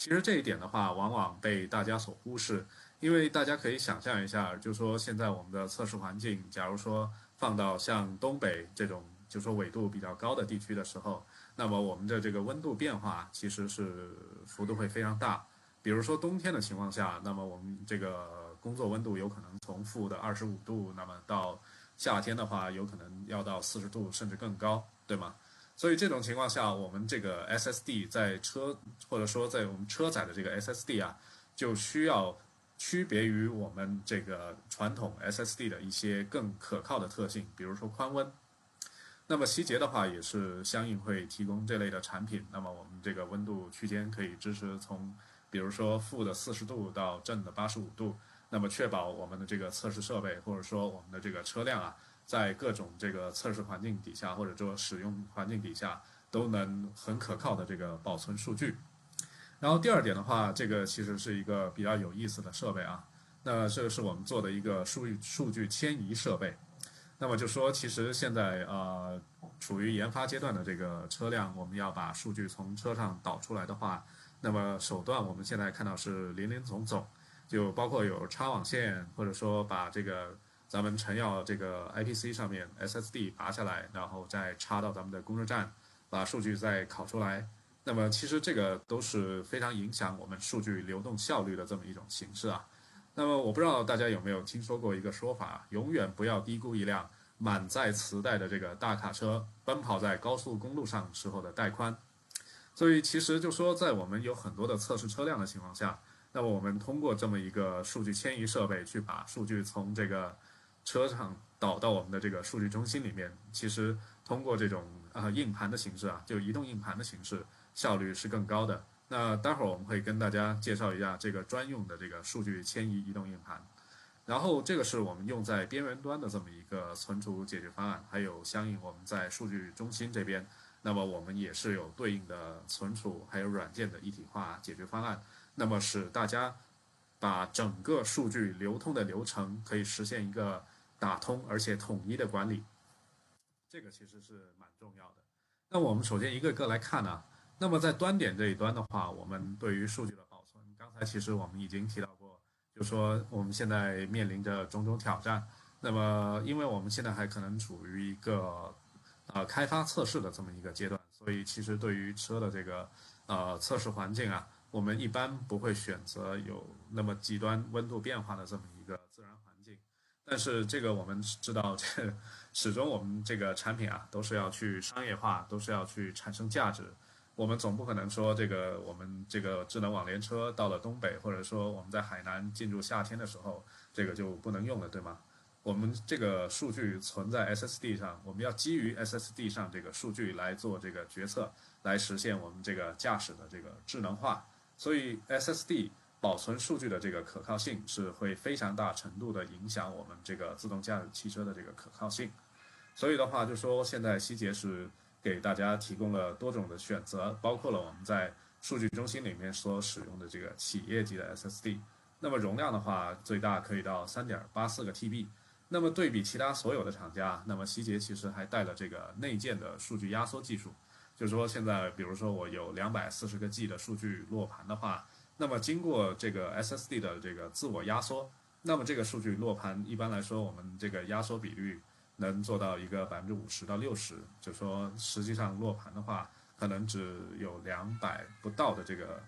其实这一点的话，往往被大家所忽视，因为大家可以想象一下，就是说现在我们的测试环境，假如说放到像东北这种，就是说纬度比较高的地区的时候，那么我们的这个温度变化其实是幅度会非常大。比如说冬天的情况下，那么我们这个工作温度有可能从-25度，那么到夏天的话，有可能要到40度甚至更高，对吗？所以这种情况下，我们这个 SSD 在车或者说在我们车载的这个 SSD 啊，就需要区别于我们这个传统 SSD 的一些更可靠的特性，比如说宽温。那么希捷的话也是相应会提供这类的产品。那么我们这个温度区间可以支持从，比如说-40度到+85度，那么确保我们的这个测试设备或者说我们的这个车辆啊，在各种这个测试环境底下或者说使用环境底下都能很可靠的这个保存数据。然后第二点的话，这个其实是一个比较有意思的设备啊。那这个是我们做的一个数据迁移设备。那么就说，其实现在处于研发阶段的这个车辆，我们要把数据从车上导出来的话，那么手段我们现在看到是林林总总，就包括有插网线，或者说把这个咱们陈药这个 IPC 上面 SSD 拔下来，然后再插到咱们的供热站，把数据再拷出来。那么其实这个都是非常影响我们数据流动效率的这么一种形式啊。那么我不知道大家有没有听说过一个说法，永远不要低估一辆满载磁带的这个大卡车奔跑在高速公路上时候的带宽。所以其实就说在我们有很多的测试车辆的情况下，那么我们通过这么一个数据迁移设备去把数据从这个车上导到我们的这个数据中心里面，其实通过这种硬盘的形式啊，就移动硬盘的形式，效率是更高的。那待会儿我们会跟大家介绍一下这个专用的这个数据迁移移动硬盘，然后这个是我们用在边缘端的这么一个存储解决方案，还有相应我们在数据中心这边，那么我们也是有对应的存储还有软件的一体化解决方案，那么使大家把整个数据流通的流程可以实现一个打通而且统一的管理，这个其实是蛮重要的。那我们首先一个个来看呢。那么在端点这一端的话，我们对于数据的保存，刚才其实我们已经提到过，就说我们现在面临着种种挑战。那么因为我们现在还可能处于一个开发测试的这么一个阶段，所以其实对于车的这个测试环境啊，我们一般不会选择有那么极端温度变化的这么一个自然环境。但是这个我们知道，始终我们这个产品啊，都是要去商业化，都是要去产生价值。我们总不可能说这个我们这个智能网联车到了东北，或者说我们在海南进入夏天的时候，这个就不能用了，对吗？我们这个数据存在 SSD 上，我们要基于 SSD 上这个数据来做这个决策，来实现我们这个驾驶的这个智能化。所以 SSD 保存数据的这个可靠性是会非常大程度的影响我们这个自动驾驶汽车的这个可靠性。所以的话，就说现在希捷是给大家提供了多种的选择，包括了我们在数据中心里面所使用的这个企业级的 SSD， 那么容量的话最大可以到3.84个 TB。那么对比其他所有的厂家，那么希捷其实还带了这个内建的数据压缩技术，就是说现在比如说我有240个 G 的数据落盘的话，那么经过这个 SSD 的这个自我压缩，那么这个数据落盘一般来说我们这个压缩比率能做到一个50%到60%，就说实际上落盘的话，可能只有200不到的这个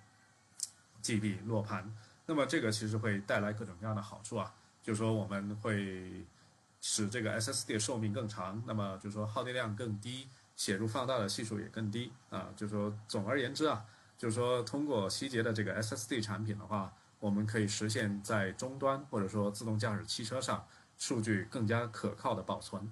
GB 落盘。那么这个其实会带来各种各样的好处啊，就是说我们会使这个 SSD 的寿命更长，那么就是说耗电量更低，写入放大的系数也更低啊。就是说总而言之啊，就是说通过希捷的这个 SSD 产品的话，我们可以实现在终端或者说自动驾驶汽车上数据更加可靠的保存。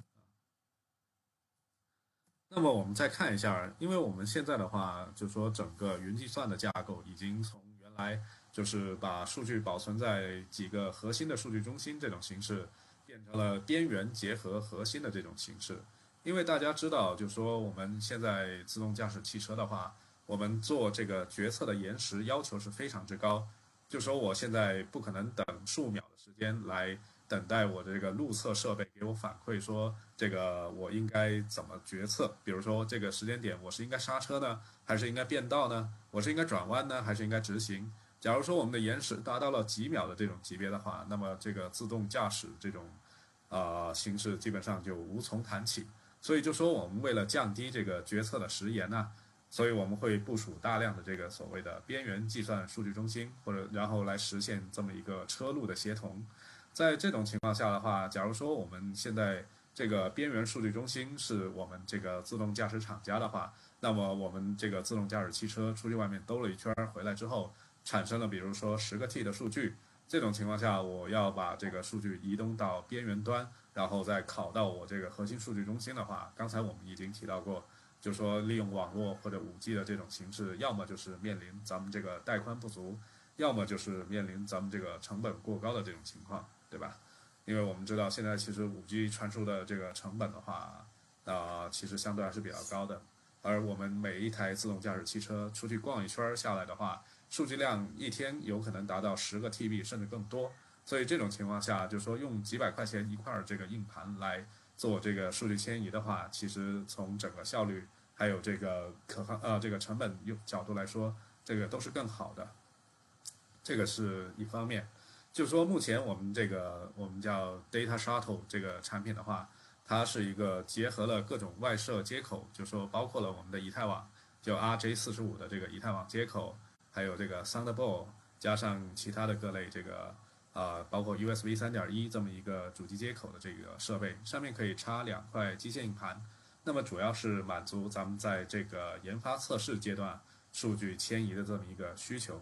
那么我们再看一下，因为我们现在的话，就是说整个云计算的架构已经从原来就是把数据保存在几个核心的数据中心这种形式，变成了边缘结合核心的这种形式。因为大家知道，就是说我们现在自动驾驶汽车的话，我们做这个决策的延时要求是非常之高，就说我现在不可能等数秒的时间来等待我的这个路测设备给我反馈说这个我应该怎么决策。比如说这个时间点我是应该刹车呢，还是应该变道呢？我是应该转弯呢，还是应该直行？假如说我们的延时达到了几秒的这种级别的话，那么这个自动驾驶这种形式基本上就无从谈起。所以就说我们为了降低这个决策的时延呢，所以我们会部署大量的这个所谓的边缘计算数据中心，或者然后来实现这么一个车路的协同。在这种情况下的话，假如说我们现在这个边缘数据中心是我们这个自动驾驶厂家的话，那么我们这个自动驾驶汽车出去外面兜了一圈回来之后，产生了比如说10个 T 的数据，这种情况下我要把这个数据移动到边缘端，然后再拷到我这个核心数据中心的话，刚才我们已经提到过，就是说利用网络或者5G 的这种形式，要么就是面临咱们这个带宽不足，要么就是面临咱们这个成本过高的这种情况，对吧？因为我们知道现在其实5G 传输的这个成本的话，其实相对还是比较高的。而我们每一台自动驾驶汽车出去逛一圈下来的话，数据量一天有可能达到10个 TB 甚至更多。所以这种情况下，就是说用几百块钱一块这个硬盘来做这个数据迁移的话，其实从整个效率还有这个这个成本角度来说，这个都是更好的。这个是一方面。就是说目前我们这个我们叫 Data Shuttle 这个产品的话，它是一个结合了各种外设接口，就是说包括了我们的以太网，就 RJ45 的这个以太网接口，还有这个 Thunderbolt， 加上其他的各类这个包括 USB 3.1这么一个主机接口的这个设备，上面可以插2块机械硬盘。那么主要是满足咱们在这个研发测试阶段数据迁移的这么一个需求。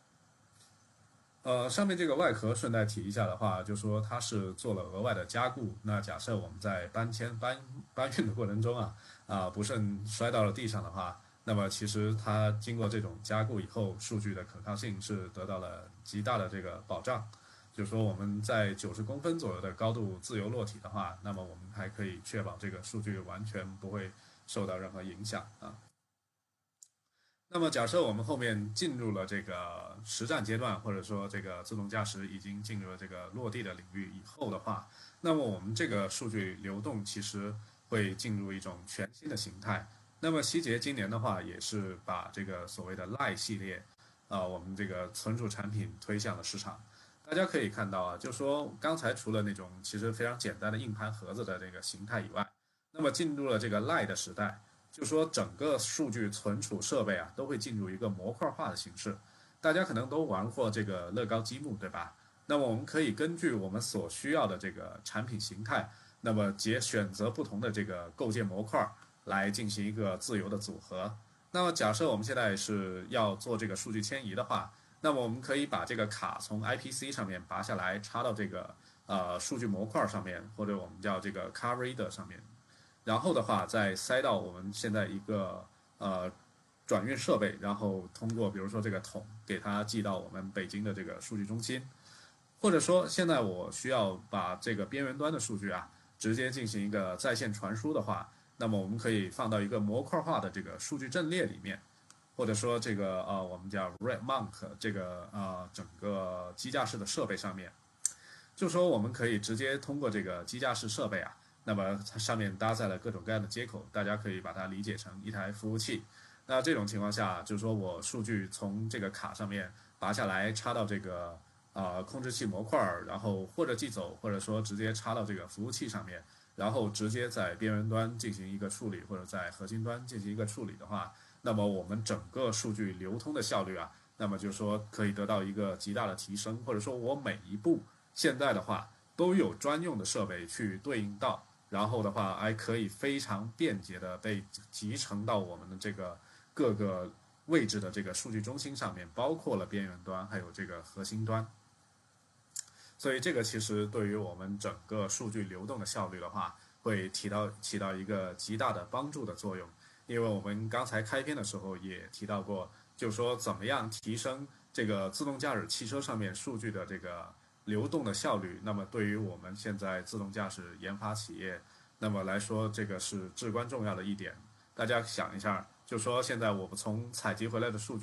上面这个外壳顺带提一下的话，就说它是做了额外的加固。那假设我们在搬运的过程中不慎摔到了地上的话，那么其实它经过这种加固以后，数据的可靠性是得到了极大的这个保障。就是说我们在90公分左右的高度自由落体的话，那么我们还可以确保这个数据完全不会受到任何影响啊。那么假设我们后面进入了这个实战阶段，或者说这个自动驾驶已经进入了这个落地的领域以后的话，那么我们这个数据流动其实会进入一种全新的形态。那么希捷今年的话也是把这个所谓的 Lite 系列我们这个存储产品推向了市场。大家可以看到就说刚才除了那种其实非常简单的硬盘盒子的这个形态以外，那么进入了这个 Lite 的时代。就说整个数据存储设备都会进入一个模块化的形式。大家可能都玩过这个乐高积木，对吧？那么我们可以根据我们所需要的这个产品形态，那么选择不同的这个构建模块来进行一个自由的组合。那么假设我们现在是要做这个数据迁移的话，那么我们可以把这个卡从 IPC 上面拔下来，插到这个数据模块上面，或者我们叫这个 Card Reader 上面。然后的话，再塞到我们现在一个转运设备，然后通过比如说这个桶给它寄到我们北京的这个数据中心，或者说现在我需要把这个边缘端的数据直接进行一个在线传输的话，那么我们可以放到一个模块化的这个数据阵列里面，或者说这个我们叫 RedMonk 这个整个机架式的设备上面，就说我们可以直接通过这个机架式设备那么它上面搭载了各种各样的接口，大家可以把它理解成一台服务器。那这种情况下，就是说我数据从这个卡上面拔下来，插到这个控制器模块，然后或者寄走，或者说直接插到这个服务器上面，然后直接在边缘端进行一个处理，或者在核心端进行一个处理的话，那么我们整个数据流通的效率那么就是说可以得到一个极大的提升，或者说我每一步现在的话都有专用的设备去对应到。然后的话，还可以非常便捷的被集成到我们的这个各个位置的这个数据中心上面，包括了边缘端，还有这个核心端。所以这个其实对于我们整个数据流动的效率的话，会起到一个极大的帮助的作用。因为我们刚才开篇的时候也提到过，就是说怎么样提升这个自动驾驶汽车上面数据的这个流动的效率，那么对于我们现在自动驾驶研发企业那么来说，这个是至关重要的一点。大家想一下，就说现在我们从采集回来的数据，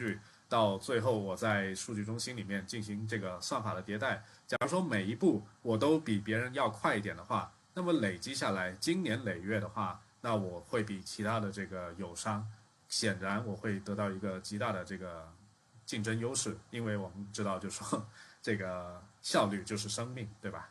到最后我在数据中心里面进行这个算法的迭代。假如说每一步我都比别人要快一点的话，那么累积下来，经年累月的话，那我会比其他的这个友商，显然我会得到一个极大的这个竞争优势，因为我们知道，就是说这个效率就是生命，对吧？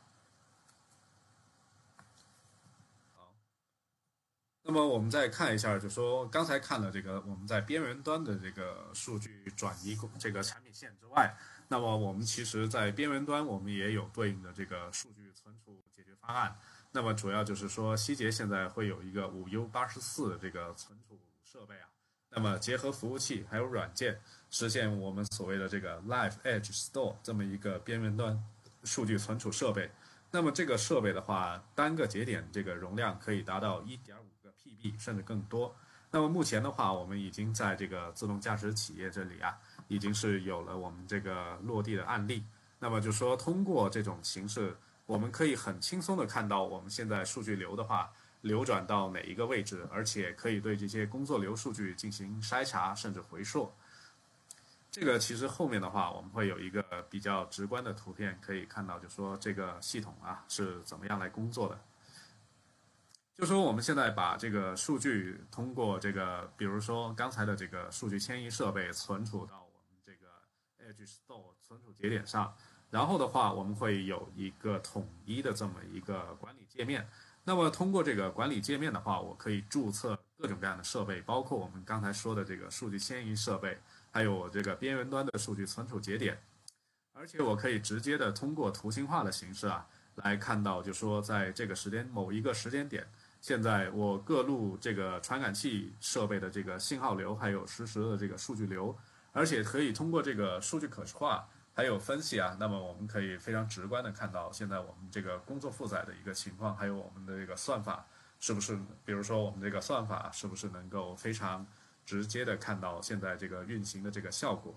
好，那么我们再看一下，就说刚才看了这个我们在边缘端的这个数据转移这个产品线之外，那么我们其实在边缘端我们也有对应的这个数据存储解决方案。那么主要就是说，希捷现在会有一个5U84的这个存储设备啊。那么结合服务器还有软件，实现我们所谓的这个 Live Edge Store 这么一个边缘端数据存储设备。那么这个设备的话，单个节点这个容量可以达到1.5个 PB 甚至更多。那么目前的话，我们已经在这个自动驾驶企业这里啊，已经是有了我们这个落地的案例。那么就说通过这种形式，我们可以很轻松的看到我们现在数据流的话，流转到哪一个位置，而且可以对这些工作流数据进行筛查甚至回溯。这个其实后面的话，我们会有一个比较直观的图片可以看到，就说这个系统啊是怎么样来工作的。就说我们现在把这个数据通过这个，比如说刚才的这个数据迁移设备存储到我们这个 Edge Store 存储节点上，然后的话我们会有一个统一的这么一个管理界面。那么通过这个管理界面的话，我可以注册各种各样的设备，包括我们刚才说的这个数据迁移设备，还有我这个边缘端的数据存储节点，而且我可以直接的通过图形化的形式啊，来看到，就说在这个某一个时间点，现在我各路这个传感器设备的这个信号流，还有实时的这个数据流，而且可以通过这个数据可视化还有分析啊，那么我们可以非常直观的看到现在我们这个工作负载的一个情况，还有我们的这个算法是不是，比如说我们这个算法是不是能够非常直接的看到现在这个运行的这个效果。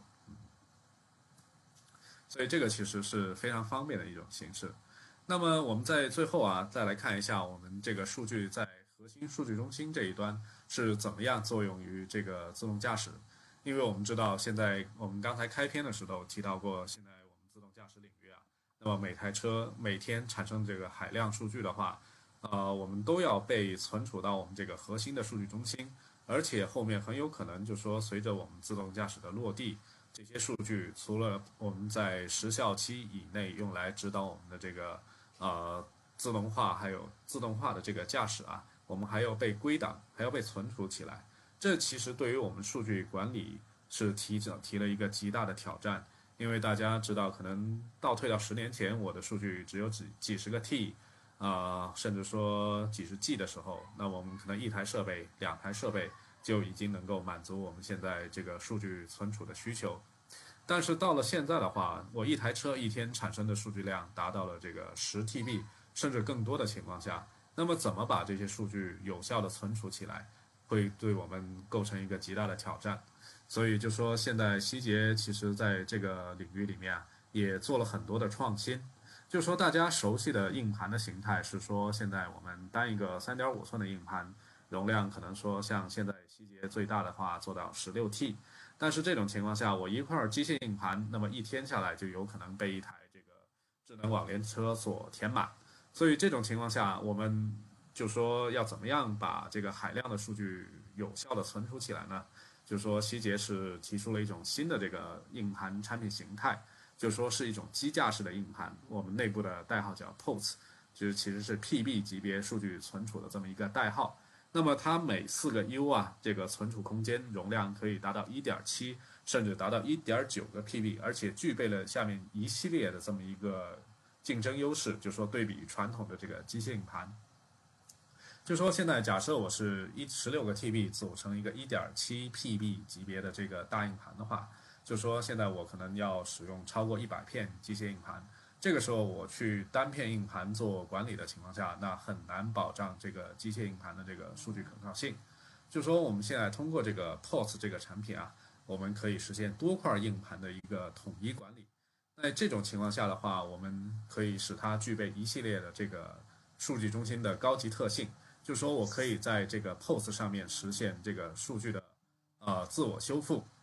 所以这个其实是非常方便的一种形式。那么我们在最后啊，再来看一下我们这个数据在核心数据中心这一端是怎么样作用于这个自动驾驶。因为我们知道现在我们刚才开篇的时候提到过，现在我们自动驾驶领域啊，那么每台车每天产生这个海量数据的话，我们都要被存储到我们这个核心的数据中心，而且后面很有可能就说随着我们自动驾驶的落地，这些数据除了我们在时效期以内用来指导我们的这个自动化还有自动化的这个驾驶啊，我们还要被归档，还要被存储起来。这其实对于我们数据管理是提了一个极大的挑战，因为大家知道，可能倒退到10年前，我的数据只有几十个 T，甚至说几十 G 的时候，那我们可能一台设备、2台设备就已经能够满足我们现在这个数据存储的需求。但是到了现在的话，我一台车一天产生的数据量达到了这个10 TB 甚至更多的情况下，那么怎么把这些数据有效的存储起来，会对我们构成一个极大的挑战。所以就说现在希捷其实在这个领域里面啊，也做了很多的创新。就说大家熟悉的硬盘的形态是说，现在我们单一个3.5寸的硬盘容量可能说像现在希捷最大的话做到16T， 但是这种情况下，我一块机械硬盘，那么一天下来就有可能被一台这个智能网联车所填满。所以这种情况下，我们就说要怎么样把这个海量的数据有效的存储起来呢？就是说希捷是提出了一种新的这个硬盘产品形态，就是说是一种机架式的硬盘，我们内部的代号叫 POTS， 就是其实是 PB 级别数据存储的这么一个代号。那么它每4个 U 啊，这个存储空间容量可以达到 1.7 甚至达到 1.9个 PB， 而且具备了下面一系列的这么一个竞争优势，就是说对比传统的这个机械硬盘。就说现在假设我是16个 TB 组成一个 1.7 PB 级别的这个大硬盘的话，就说现在我可能要使用超过100片机械硬盘，这个时候我去单片硬盘做管理的情况下，那很难保障这个机械硬盘的这个数据可靠性。就说我们现在通过这个 POTS 这个产品啊，我们可以实现多块硬盘的一个统一管理。在这种情况下的话，我们可以使它具备一系列的这个数据中心的高级特性。就是说我可以在这个 POTS 上面实现这个数据的自我修复，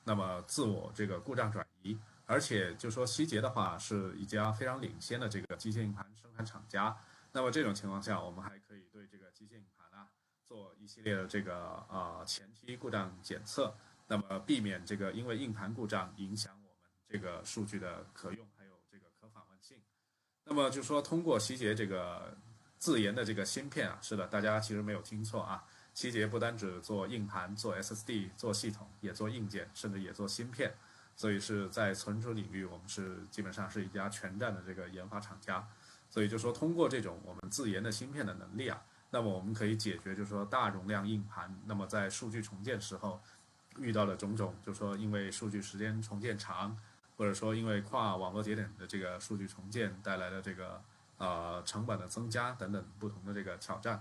那么自我这个故障转移，而且就说希捷的话是一家非常领先的这个机械硬盘生产厂家。那么这种情况下，我们还可以对这个机械硬盘啊做一系列的这个前期故障检测，那么避免这个因为硬盘故障影响我们这个数据的可用还有这个可访问性。那么就说通过希捷这个自研的这个芯片啊，是的，大家其实没有听错啊，希捷不单只做硬盘、做 SSD、做系统，也做硬件，甚至也做芯片。所以是在存储领域，我们是基本上是一家全站的这个研发厂家。所以就说通过这种我们自研的芯片的能力啊，那么我们可以解决就是说大容量硬盘，那么在数据重建时候遇到的种种，就是说因为数据时间重建长，或者说因为跨网络节点的这个数据重建带来的这个成本的增加等等不同的这个挑战。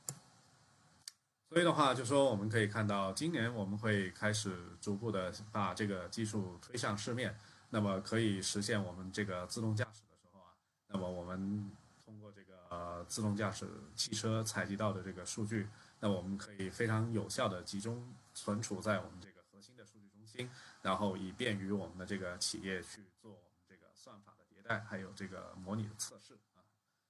所以的话，就说我们可以看到，今年我们会开始逐步的把这个技术推向市面，那么可以实现我们这个自动驾驶的时候啊，那么我们通过这个自动驾驶汽车采集到的这个数据，那么我们可以非常有效的集中存储在我们这个核心的数据中心，然后以便于我们的这个企业去做我们这个算法的迭代，还有这个模拟的测试啊。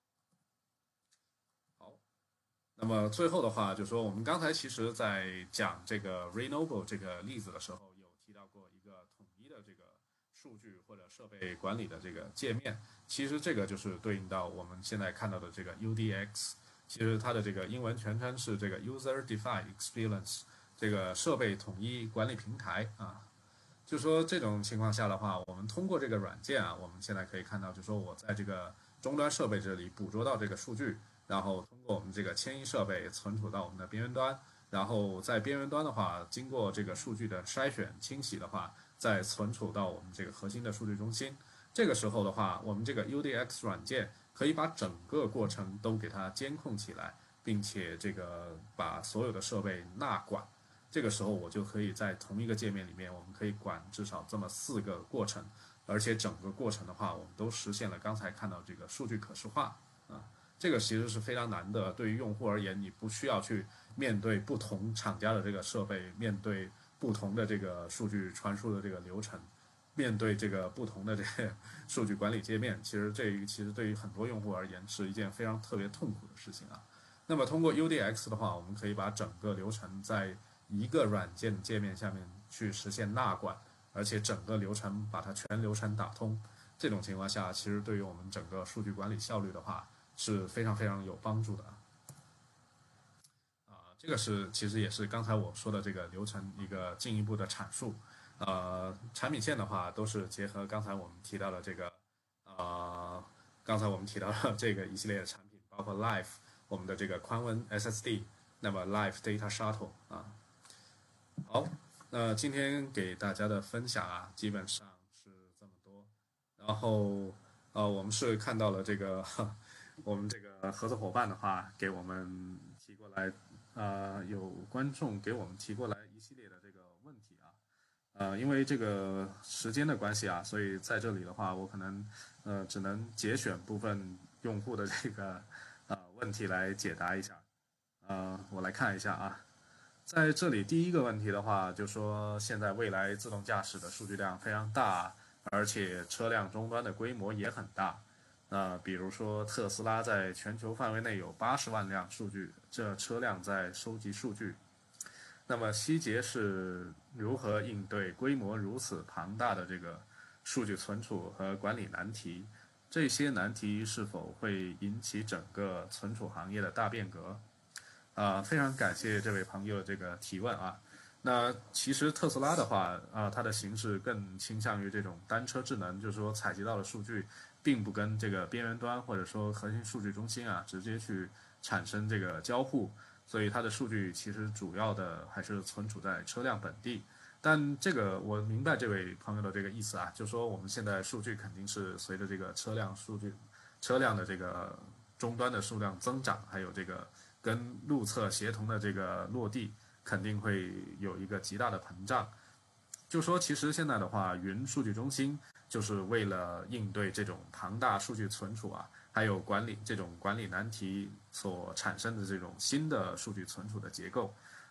好。那么最后的话，就说我们刚才其实在讲这个 Renoble 这个例子的时候，有提到过一个统一的这个数据或者设备管理的这个界面。其实这个就是对应到我们现在看到的这个 UDX， 其实它的这个英文全称是这个 User Defined Experience， 这个设备统一管理平台啊。就说这种情况下的话，我们通过这个软件啊，我们现在可以看到，就说我在这个终端设备这里捕捉到这个数据。然后通过我们这个迁移设备存储到我们的边缘端，然后在边缘端的话，经过这个数据的筛选清洗的话，再存储到我们这个核心的数据中心。这个时候的话，我们这个 UDX 软件可以把整个过程都给它监控起来，并且这个把所有的设备纳管。这个时候我就可以在同一个界面里面，我们可以管至少这么4个过程，而且整个过程的话，我们都实现了刚才看到这个数据可视化啊。这个其实是非常难的，对于用户而言，你不需要去面对不同厂家的这个设备，面对不同的这个数据传输的这个流程，面对这个不同的这个数据管理界面，其实对于很多用户而言是一件非常特别痛苦的事情啊。那么通过 UDX 的话，我们可以把整个流程在一个软件界面下面去实现纳管，而且整个流程把它全流程打通。这种情况下，其实对于我们整个数据管理效率的话，是非常非常有帮助的这个是其实也是刚才我说的这个流程一个进一步的阐述。产品线的话都是结合刚才我们提到的这个刚才我们提到的这个一系列的产品，包括 Live 我们的这个宽温 SSD， 那么 Live Data Shuttle 啊。好，那今天给大家的分享啊，基本上是这么多。然后我们是看到了这个我们这个合作伙伴的话，给我们提过来，有观众给我们提过来一系列的这个问题啊，因为这个时间的关系啊，所以在这里的话，我可能只能节选部分用户的这个问题来解答一下。我来看一下啊，在这里第一个问题的话，就说现在未来自动驾驶的数据量非常大，而且车辆终端的规模也很大。比如说特斯拉在全球范围内有80万辆这车辆在收集数据。那么希捷是如何应对规模如此庞大的这个数据存储和管理难题？这些难题是否会引起整个存储行业的大变革？非常感谢这位朋友的这个提问啊。那其实特斯拉的话它的形式更倾向于这种单车智能，就是说采集到的数据并不跟这个边缘端或者说核心数据中心直接去产生这个交互，所以它的数据其实主要的还是存储在车辆本地。但这个我明白这位朋友的这个意思啊，就是说我们现在数据肯定是随着这个车辆的这个终端的数量增长，还有这个跟路侧协同的这个落地，肯定会有一个极大的膨胀。就说其实现在的话，云数据中心就是为了应对这种庞大数据存储还有这种管理难题所产生的这种新的数据存储的结构。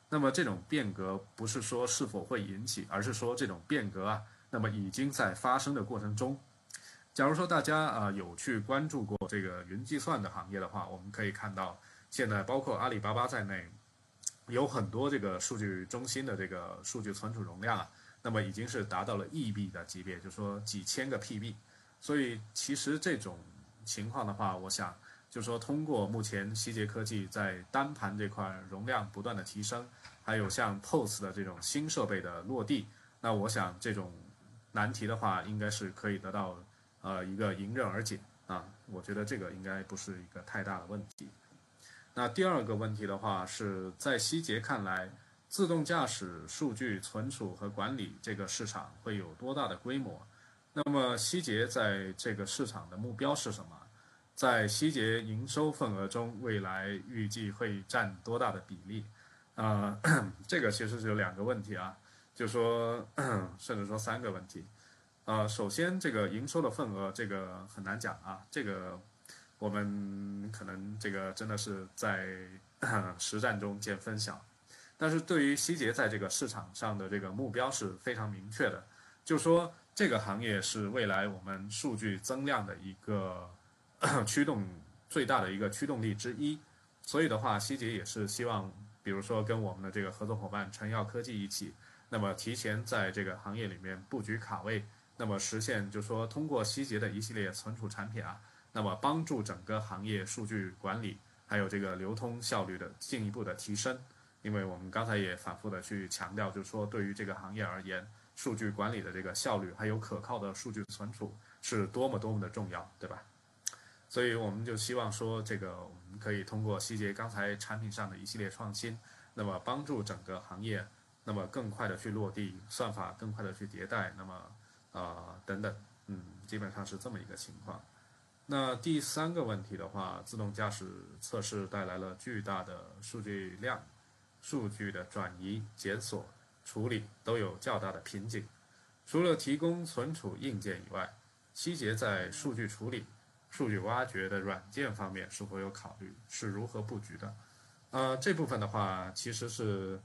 那么这种变革不是说是否会引起，而是说这种变革啊，那么已经在发生的过程中。假如说大家有去关注过这个云计算的行业的话，我们可以看到，现在包括阿里巴巴在内，有很多这个数据中心的这个数据存储容量啊，那么已经是达到了亿币的级别，就是说几千个 PB。所以其实这种情况的话，我想就是说通过目前希捷科技在单盘这块容量不断的提升，还有像 POS 的这种新设备的落地，那我想这种难题的话，应该是可以得到一个迎刃而解啊。我觉得这个应该不是一个太大的问题。那第二个问题的话是在希捷看来，自动驾驶数据存储和管理这个市场会有多大的规模？那么希捷在这个市场的目标是什么？在希捷营收份额中，未来预计会占多大的比例？这个其实是有2个问题啊，就说甚至说3个问题。首先这个营收的份额，这个很难讲啊，这个我们可能这个真的是在实战中见分晓。但是对于希捷在这个市场上的这个目标是非常明确的，就是说这个行业是未来我们数据增量的一个最大的一个驱动力之一。所以的话，希捷也是希望，比如说跟我们的这个合作伙伴成耀科技一起，那么提前在这个行业里面布局卡位，那么实现就是说通过希捷的一系列存储产品啊，那么帮助整个行业数据管理还有这个流通效率的进一步的提升。因为我们刚才也反复的去强调，就是说对于这个行业而言，数据管理的这个效率还有可靠的数据存储是多么的重要，对吧？所以我们就希望说，这个我们可以通过希捷刚才产品上的一系列创新，那么帮助整个行业，那么更快的去落地，算法更快的去迭代，那么等等，基本上是这么一个情况。那第3个问题的话，自动驾驶测试带来了巨大的数据量，数据的转移、检索、处理都有较大的瓶颈。除了提供存储硬件以外，希捷在数据处理、数据挖掘的软件方面是否有考虑？是如何布局的？这部分的话，其实是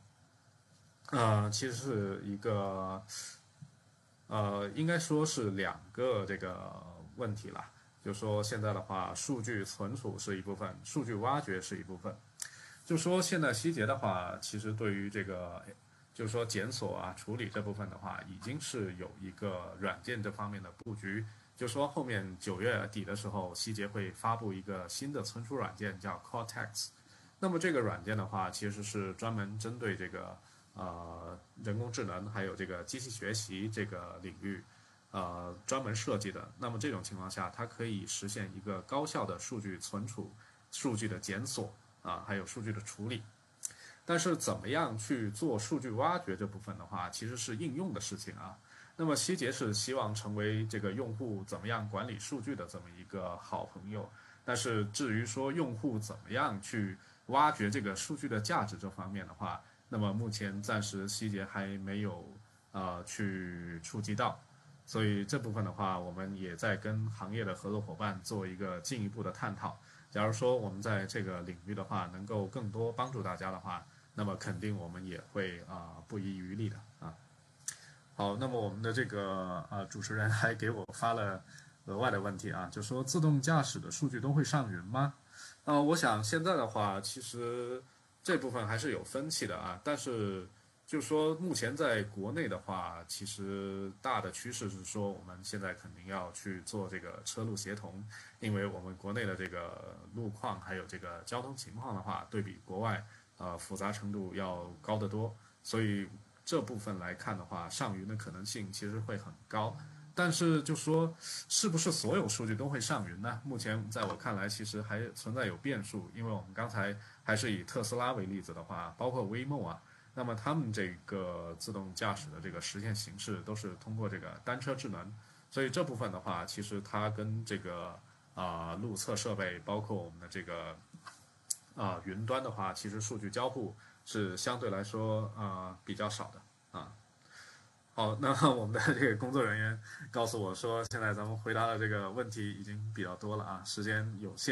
一个应该说是2个这个问题啦。就说现在的话，数据存储是一部分，数据挖掘是一部分。就说现在希捷的话，其实对于这个就是说检索啊、处理这部分的话，已经是有一个软件这方面的布局。就说后面9月底的时候，希捷会发布一个新的存储软件，叫 Cortex。那么这个软件的话，其实是专门针对这个人工智能还有这个机器学习这个领域专门设计的。那么这种情况下，它可以实现一个高效的数据存储、数据的检索还有数据的处理。但是怎么样去做数据挖掘这部分的话，其实是应用的事情啊。那么希捷是希望成为这个用户怎么样管理数据的这么一个好朋友。但是至于说用户怎么样去挖掘这个数据的价值这方面的话，那么目前暂时希捷还没有去触及到。所以这部分的话，我们也在跟行业的合作伙伴做一个进一步的探讨。假如说我们在这个领域的话，能够更多帮助大家的话，那么肯定我们也会不遗余力的啊。好，那么我们的这个主持人还给我发了额外的问题啊，就说自动驾驶的数据都会上云吗？我想现在的话，其实这部分还是有分歧的啊，但是就是说目前在国内的话，其实大的趋势是说，我们现在肯定要去做这个车路协同，因为我们国内的这个路况还有这个交通情况的话，对比国外复杂程度要高得多，所以这部分来看的话，上云的可能性其实会很高。但是就说是不是所有数据都会上云呢？目前在我看来，其实还存在有变数，因为我们刚才还是以特斯拉为例子的话，包括 Waymo 啊，那么他们这个自动驾驶的这个实现形式都是通过这个单车智能，所以这部分的话，其实它跟这个路测设备，包括我们的这个云端的话，其实数据交互是相对来说比较少的啊。好，那我们的这个工作人员告诉我说，现在咱们回答的这个问题已经比较多了啊，时间有限，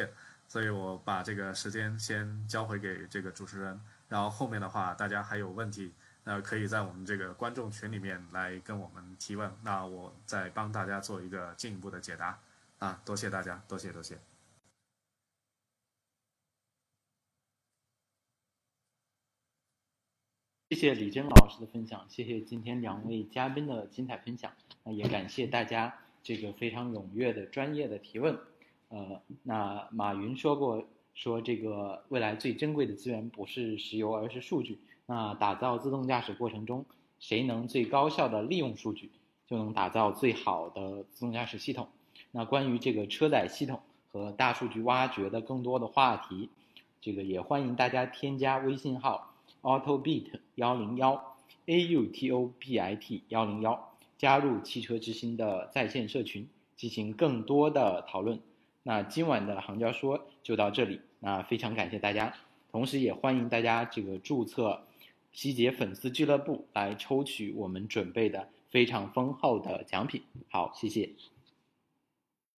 所以我把这个时间先交回给这个主持人，然后后面的话大家还有问题，可以在我们这个观众群里面来跟我们提问，那我再帮大家做一个进一步的解答啊，多谢大家，多谢。 谢谢李真老师的分享，谢谢今天2位嘉宾的精彩分享，也感谢大家这个非常踊跃的专业的提问。那马云说过，说这个未来最珍贵的资源不是石油，而是数据。那打造自动驾驶过程中，谁能最高效的利用数据，就能打造最好的自动驾驶系统。那关于这个车载系统和大数据挖掘的更多的话题，这个也欢迎大家添加微信号autobit101 AUTOBIT101，加入汽车之星的在线社群，进行更多的讨论。那今晚的杭椒说就到这里，那非常感谢大家，同时也欢迎大家这个注册希捷粉丝俱乐部来抽取我们准备的非常丰厚的奖品。好，谢谢。